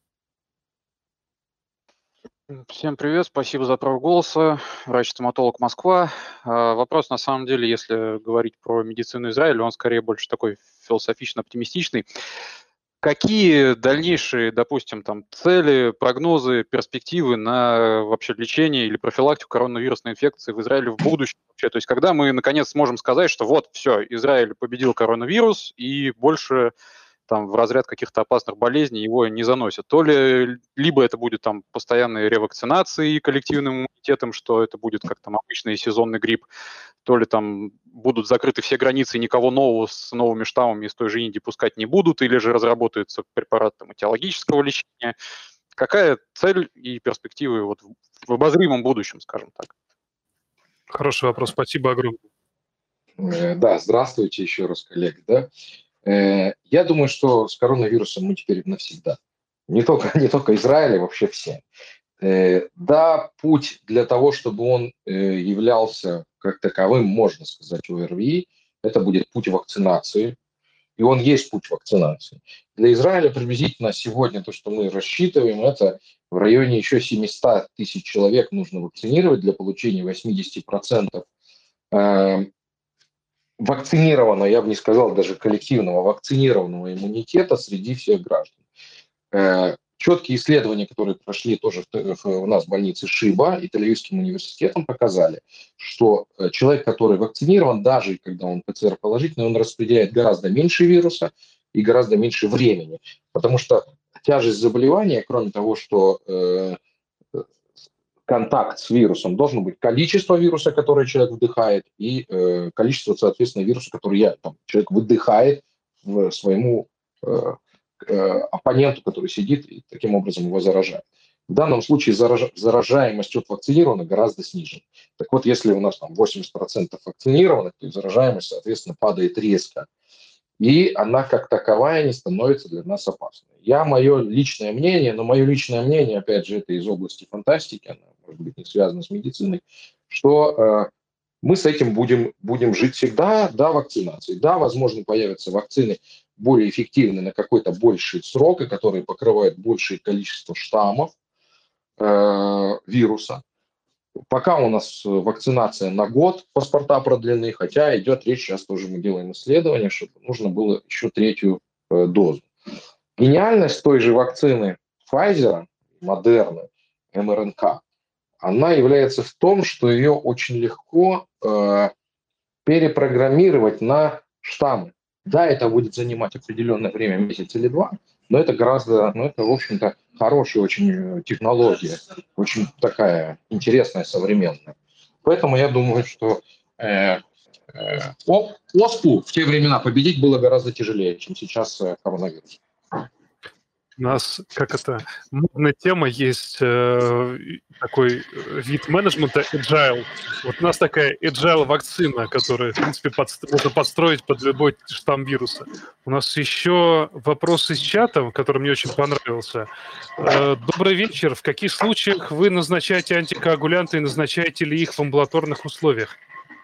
Всем привет, спасибо за право голоса. Врач-стоматолог Москва. Вопрос, на самом деле, если говорить про медицину Израиля, он скорее больше такой философично-оптимистичный. Какие дальнейшие, допустим, там цели, прогнозы, перспективы на вообще лечение или профилактику коронавирусной инфекции в Израиле в будущем? Вообще? То есть когда мы, наконец, сможем сказать, что вот, все, Израиль победил коронавирус, и больше там в разряд каких-то опасных болезней его не заносят. То ли либо это будет там постоянной ревакцинацией коллективным иммунитетом, что это будет как там обычный сезонный грипп, то ли там будут закрыты все границы, никого нового с новыми штаммами из той же Индии пускать не будут, или же разработается препарат там этиологического лечения. Какая цель и перспективы вот в обозримом будущем, скажем так? Хороший вопрос, спасибо огромное. Да, здравствуйте еще раз, коллеги. Да? Я думаю, что с коронавирусом мы теперь навсегда. Не только Израиль, а вообще все. Да, путь для того, чтобы он являлся как таковым, можно сказать, ОРВИ, это будет путь вакцинации. И он есть путь вакцинации. Для Израиля приблизительно сегодня то, что мы рассчитываем, это в районе еще 700 тысяч человек нужно вакцинировать для получения 80% вакцинированного, я бы не сказал даже коллективного, вакцинированного иммунитета среди всех граждан. Четкие исследования, которые прошли тоже у нас в больнице Шиба и Тель-Авивским университетом, показали, что человек, который вакцинирован, даже когда он ПЦР положительный, он распределяет гораздо меньше вируса и гораздо меньше времени. Потому что тяжесть заболевания, кроме того, что контакт с вирусом, должно быть количество вируса, которое человек вдыхает, и количество, соответственно, вируса, который человек выдыхает своему оппоненту, который сидит и таким образом его заражает. В данном случае заражаемость от вакцинированных гораздо снижена. Так вот, если у нас там 80% вакцинированных, то заражаемость, соответственно, падает резко. И она как таковая не становится для нас опасной. Мое личное мнение, но мое личное мнение, опять же, это из области фантастики, оно, может быть, не связано с медициной, что мы с этим будем жить всегда до вакцинации. Да, возможно, появятся вакцины более эффективные на какой-то больший срок, и которые покрывают большее количество штаммов вируса. Пока у нас вакцинация на год, паспорта продлены, хотя идет речь, сейчас тоже мы делаем исследование, чтобы нужно было еще 3-ю дозу. Гениальность той же вакцины Pfizer, Moderna, МРНК, она является в том, что ее очень легко перепрограммировать на штаммы. Да, это будет занимать определенное время, месяц или два, но это это, в общем-то, хорошая очень технология, очень такая интересная, современная. Поэтому я думаю, что оспу в те времена победить было гораздо тяжелее, чем сейчас коронавирус. У нас, модная тема есть, такой вид менеджмента agile. Вот у нас такая agile вакцина, которую, в принципе, можно подстроить под любой штамм вируса. У нас еще вопрос из чата, который мне очень понравился. Добрый вечер. В каких случаях вы назначаете антикоагулянты и назначаете ли их в амбулаторных условиях?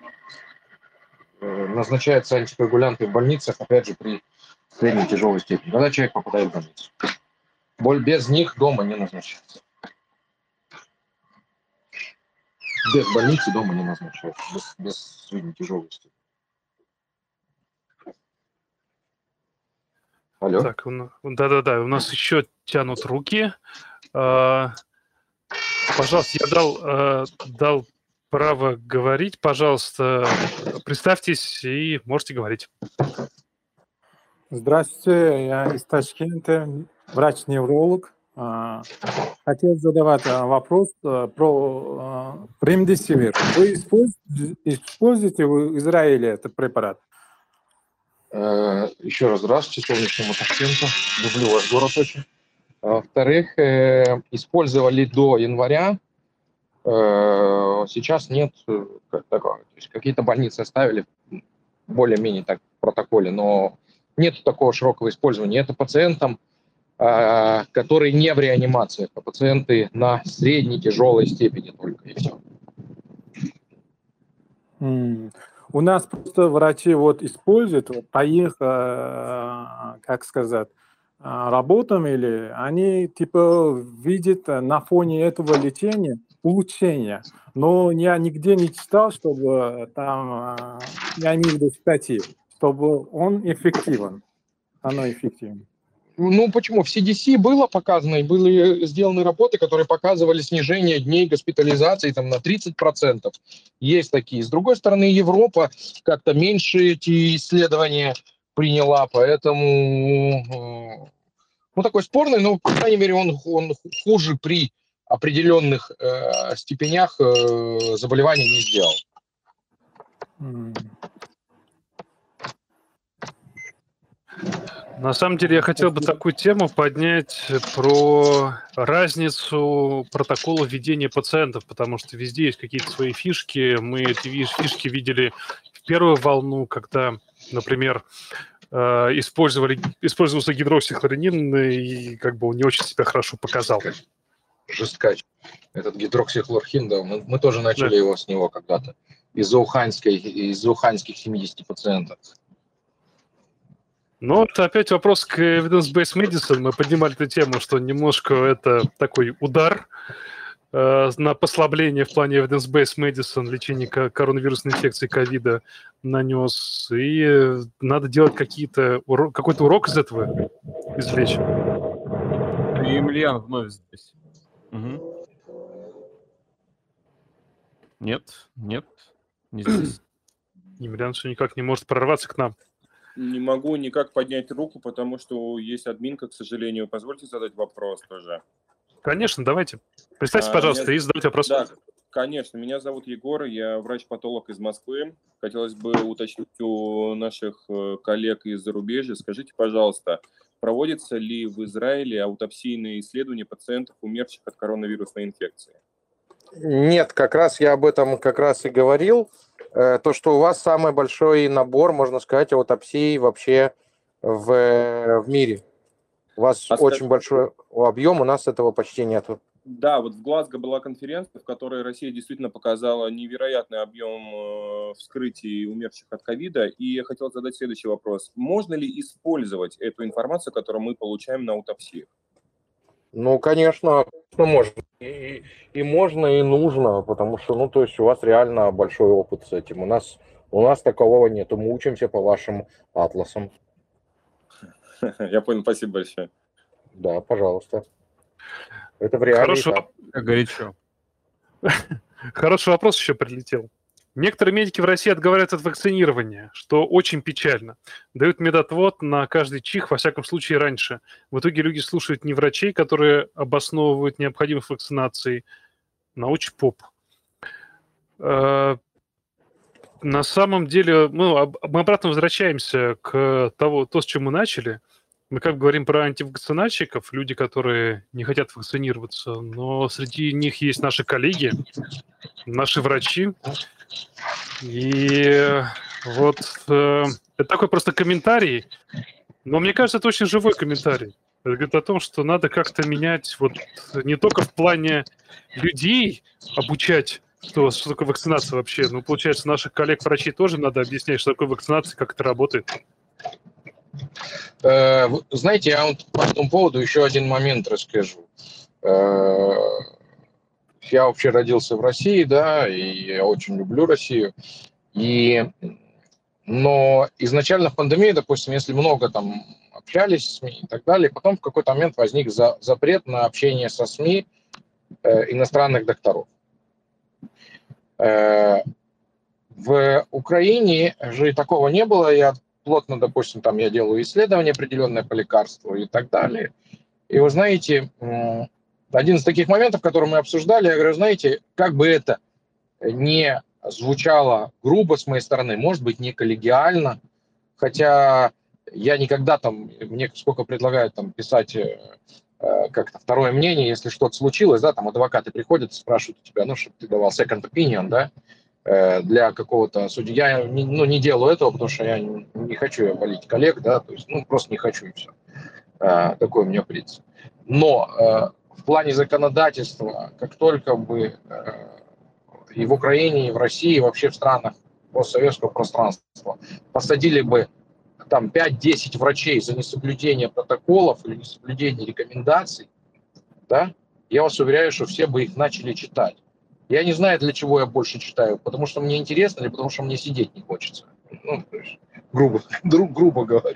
Назначаются антикоагулянты в больницах, опять же, при средней тяжелой степени, когда человек попадает в больницу. Без них дома не назначается. Без больницы дома не назначается, без средней тяжелой степени. Алло? Так, да-да-да, у нас еще тянут руки. Пожалуйста, я дал право говорить. Пожалуйста, представьтесь и можете говорить. Здравствуйте, я из Ташкента, врач-невролог. Хотел задавать вопрос про ремдесивир. Вы используете в Израиле этот препарат? Еще раз здравствуйте, солнечному Ташкенту. Люблю ваш город очень. Во-вторых, использовали до января. Сейчас нет такого. То есть какие-то больницы оставили более-менее так в протоколе, но нет такого широкого использования. Это пациентам, которые не в реанимации, а пациенты на средней тяжелой степени только, и все. У нас просто врачи используют по их, как сказать, работам, или они видят на фоне этого лечения улучшение. Но я нигде не читал, чтобы там, я имею в виду статьи, чтобы он эффективен. Оно эффективно. Ну, почему? В CDC было показано, и были сделаны работы, которые показывали снижение дней госпитализации на 30%. Есть такие. С другой стороны, Европа как-то меньше эти исследования приняла, поэтому такой спорный, но, по крайней мере, он хуже при определенных степенях заболевания не сделал. На самом деле я хотел бы такую тему поднять про разницу протокола ведения пациентов, потому что везде есть какие-то свои фишки. Мы эти фишки видели в первую волну, когда, например, использовался гидроксихлоренин, и он не очень себя хорошо показал. Жесткач. Этот гидроксихлорхин, да, мы тоже начали его с него когда-то. Из уханьских 70 пациентов. Но это опять вопрос к evidence-based medicine. Мы поднимали эту тему, что немножко это такой удар на послабление в плане evidence-based medicine, лечения коронавирусной инфекции ковида нанес. И надо делать какой-то урок из этого извлечь. И Емельян вновь здесь. Угу. Нет, не здесь. Емельян все никак не может прорваться к нам. Не могу никак поднять руку, потому что есть админка, к сожалению. Позвольте задать вопрос тоже. Конечно, давайте. Представьте, пожалуйста, и задайте вопрос. Да, конечно. Меня зовут Егор, я врач-патолог из Москвы. Хотелось бы уточнить у наших коллег из зарубежья. Скажите, пожалуйста, проводятся ли в Израиле аутопсийные исследования пациентов, умерших от коронавирусной инфекции? Нет, как раз я об этом и говорил. То, что у вас самый большой набор, можно сказать, аутопсий вообще в мире. У вас очень большой объем, у нас этого почти нету. Да, вот в Глазго была конференция, в которой Россия действительно показала невероятный объем вскрытий умерших от ковида. И я хотел задать следующий вопрос. Можно ли использовать эту информацию, которую мы получаем на аутопсиях? Ну, конечно, можно. И можно, и нужно, потому что, то есть у вас реально большой опыт с этим. У нас такового нету. Мы учимся по вашим атласам. Я понял, спасибо большое. Да, пожалуйста. Это в реалии. Как горячо. Хороший вопрос еще прилетел. Некоторые медики в России отговаривают от вакцинирования, что очень печально. Дают медотвод на каждый чих, во всяком случае, раньше. В итоге люди слушают не врачей, которые обосновывают необходимость вакцинации, научпоп. На самом деле, мы обратно возвращаемся к то, с чем мы начали. Мы как бы говорим про антивакцинальщиков, люди, которые не хотят вакцинироваться, но среди них есть наши коллеги, наши врачи. И вот это такой просто комментарий, но мне кажется, это очень живой комментарий. Это говорит о том, что надо как-то менять вот не только в плане людей обучать, что такое вакцинация вообще. Ну, получается, наших коллег-врачей тоже надо объяснять, что такое вакцинация, как это работает. Знаете, я вот по этому поводу еще один момент расскажу. Я вообще родился в России, да, и я очень люблю Россию. Но изначально в пандемии, допустим, если много там общались с СМИ и так далее, потом в какой-то момент возник запрет на общение со СМИ иностранных докторов. В Украине же такого не было. Я плотно, допустим, там я делаю исследования определенные по лекарству и так далее. И вы знаете, один из таких моментов, который мы обсуждали, я говорю, знаете, как бы это не звучало грубо с моей стороны, может быть, не коллегиально, хотя я никогда там, мне сколько предлагают там писать как-то второе мнение, если что-то случилось, да, там адвокаты приходят и спрашивают у тебя, ну, чтобы ты давал second opinion, да, для какого-то судьи. Я не делаю этого, потому что я не хочу я валить коллег, да, то есть, просто не хочу и все. Такой у меня принцип. Но в плане законодательства, как только бы и в Украине, и в России, и вообще в странах постсоветского пространства посадили бы там 5-10 врачей за несоблюдение протоколов или несоблюдение рекомендаций, да, я вас уверяю, что все бы их начали читать. Я не знаю, для чего я больше читаю, потому что мне интересно или потому что мне сидеть не хочется. Ну, то есть, грубо говоря.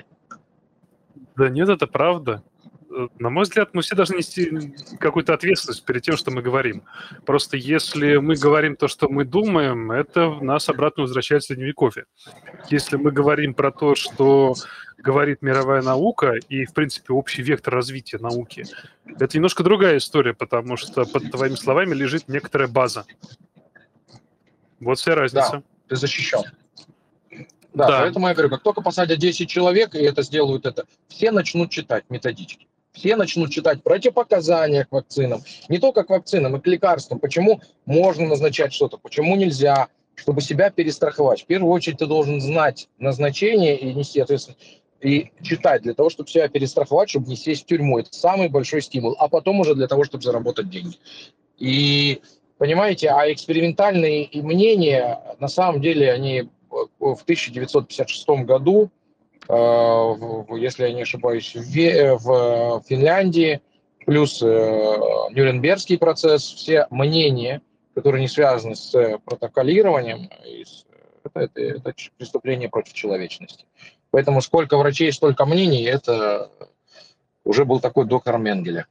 Да нет, это правда. На мой взгляд, мы все должны нести какую-то ответственность перед тем, что мы говорим. Просто если мы говорим то, что мы думаем, это нас обратно возвращает в Средневековье. Если мы говорим про то, что говорит мировая наука и, в принципе, общий вектор развития науки, это немножко другая история, потому что под твоими словами лежит некоторая база. Вот вся разница. Да, ты защищен. Да, поэтому я говорю, как только посадят 10 человек, и это сделают это, все начнут читать методички. Все начнут читать противопоказания к вакцинам, не только к вакцинам, и к лекарствам. Почему можно назначать что-то, почему нельзя, чтобы себя перестраховать. В первую очередь ты должен знать назначение и нести ответственность, и читать для того, чтобы себя перестраховать, чтобы не сесть в тюрьму. Это самый большой стимул. А потом уже для того, чтобы заработать деньги. И понимаете, а экспериментальные мнения, на самом деле, они в 1956 году, если я не ошибаюсь, в Финляндии, плюс Нюрнбергский процесс, все мнения, которые не связаны с протоколированием, это преступление против человечности. Поэтому сколько врачей, столько мнений, это уже был такой доктор Менгеле.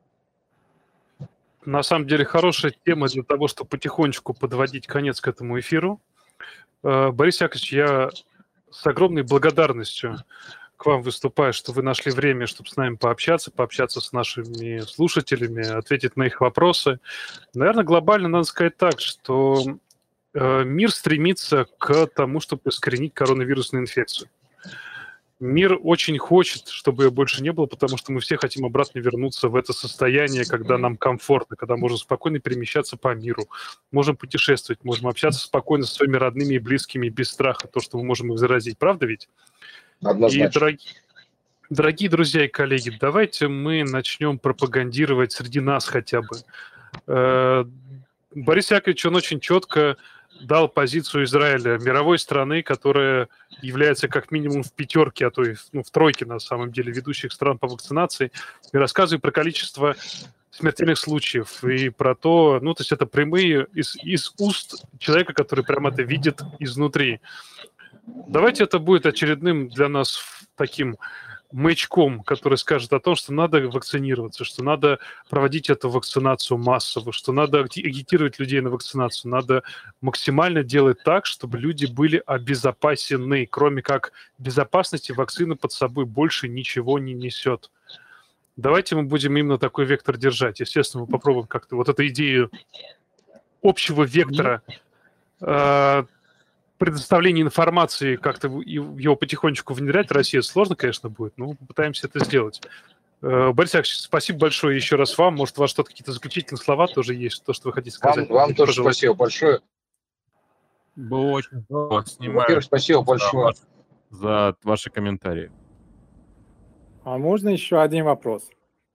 На самом деле хорошая тема для того, чтобы потихонечку подводить конец к этому эфиру. Борис Яковлевич, я с огромной благодарностью к вам выступаю, что вы нашли время, чтобы с нами пообщаться с нашими слушателями, ответить на их вопросы. Наверное, глобально надо сказать так, что мир стремится к тому, чтобы искоренить коронавирусную инфекцию. Мир очень хочет, чтобы ее больше не было, потому что мы все хотим обратно вернуться в это состояние, когда нам комфортно, когда можем спокойно перемещаться по миру, можем путешествовать, можем общаться спокойно со своими родными и близкими без страха, то, что мы можем их заразить. Правда ведь? Однозначно. И, дорогие друзья и коллеги, давайте мы начнем пропагандировать среди нас хотя бы. Борис Яковлевич, он очень четко дал позицию Израиля, мировой страны, которая является как минимум в пятерке, а то и в тройке, на самом деле, ведущих стран по вакцинации, и рассказывает про количество смертельных случаев и про то, то есть это прямые из уст человека, который прямо это видит изнутри. Давайте это будет очередным для нас таким маячком, который скажет о том, что надо вакцинироваться, что надо проводить эту вакцинацию массово, что надо агитировать людей на вакцинацию, надо максимально делать так, чтобы люди были обезопасены. Кроме как безопасности, вакцина под собой больше ничего не несет. Давайте мы будем именно такой вектор держать. Естественно, мы попробуем как-то вот эту идею общего вектора предоставлении информации как-то его потихонечку внедрять в России сложно, конечно, будет, но попытаемся это сделать. Борис Яковлевич, спасибо большое еще раз вам. Может, у вас что-то, какие-то заключительные слова тоже есть, то, что вы хотите сказать? Вам тоже спасибо большое. Было очень здорово. Во-первых, спасибо большое за ваши комментарии. А можно еще один вопрос?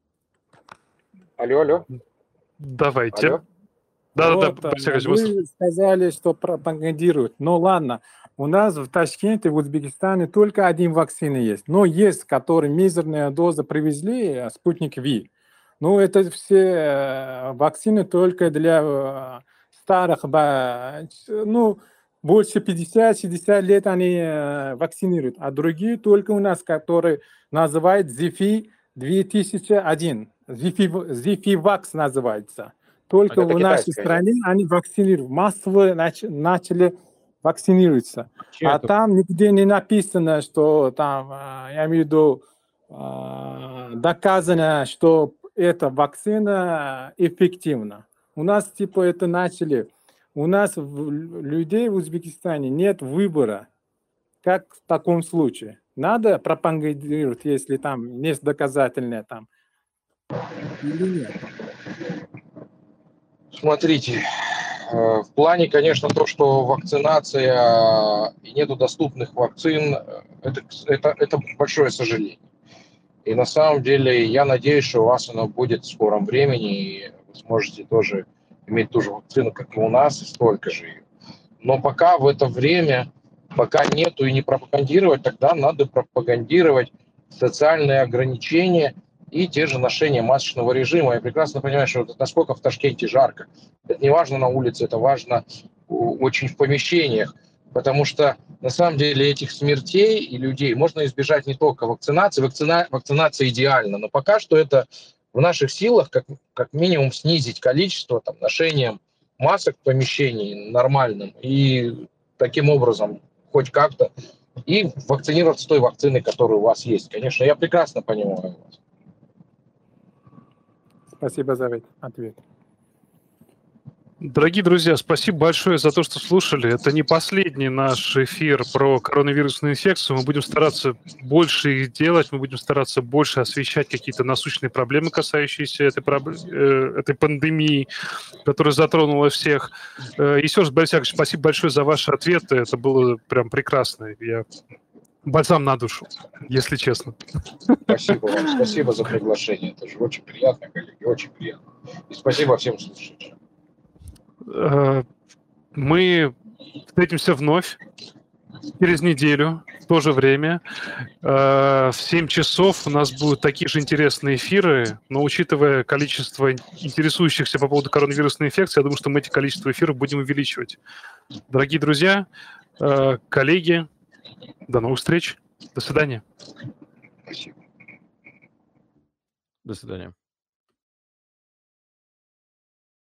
Алло. Давайте. Алло. Да, вот, вы сказали, что пропагандируют. Ну ладно, у нас в Ташкенте, в Узбекистане только один вакцина есть. Но есть, которые мизерная доза привезли, спутник Ви. Ну это все вакцины только для старых, ну больше 50-60 лет они вакцинируют. А другие только у нас, которые называют ЗИФИ 2001. ЗИФИ-ВАКС называется. Только в нашей стране они вакцинируют, массово начали вакцинироваться. А там нигде не написано, что там, я имею в виду, доказано, что эта вакцина эффективна. У нас типа это начали. У нас людей в Узбекистане нет выбора. Как в таком случае? Надо пропагандировать, если там есть доказательные там. Или нет? Смотрите, в плане, конечно, то, что вакцинация и нету доступных вакцин, это большое сожаление. И на самом деле я надеюсь, что у вас оно будет в скором времени, и вы сможете тоже иметь ту же вакцину, как и у нас, и столько же ее. Но пока в это время, пока нету и не пропагандировать, тогда надо пропагандировать социальные ограничения и те же ношения масочного режима. Я прекрасно понимаю, что насколько в Ташкенте жарко. Это не важно на улице, это важно очень в помещениях. Потому что на самом деле этих смертей и людей можно избежать не только вакцинацией. Вакцинация идеальна, но пока что это в наших силах как минимум снизить количество ношением масок в помещении нормальным. И таким образом хоть как-то. И вакцинироваться той вакциной, которая у вас есть. Конечно, я прекрасно понимаю вас. Спасибо за ответ. Дорогие друзья, спасибо большое за то, что слушали. Это не последний наш эфир про коронавирусную инфекцию. Мы будем стараться больше их делать, мы будем стараться больше освещать какие-то насущные проблемы, касающиеся этой пандемии, которая затронула всех. Еще раз, Борис Яковлевич, спасибо большое за ваши ответы. Это было прям прекрасно. Я бальзам на душу, если честно. Спасибо вам, спасибо за приглашение. Это же очень приятно, коллеги, очень приятно. И спасибо всем слушателям. Мы встретимся вновь через неделю, в то же время. В 7 часов у нас будут такие же интересные эфиры, но учитывая количество интересующихся по поводу коронавирусной инфекции, я думаю, что мы эти количество эфиров будем увеличивать. Дорогие друзья, коллеги, до новых встреч. До свидания. Спасибо. До свидания.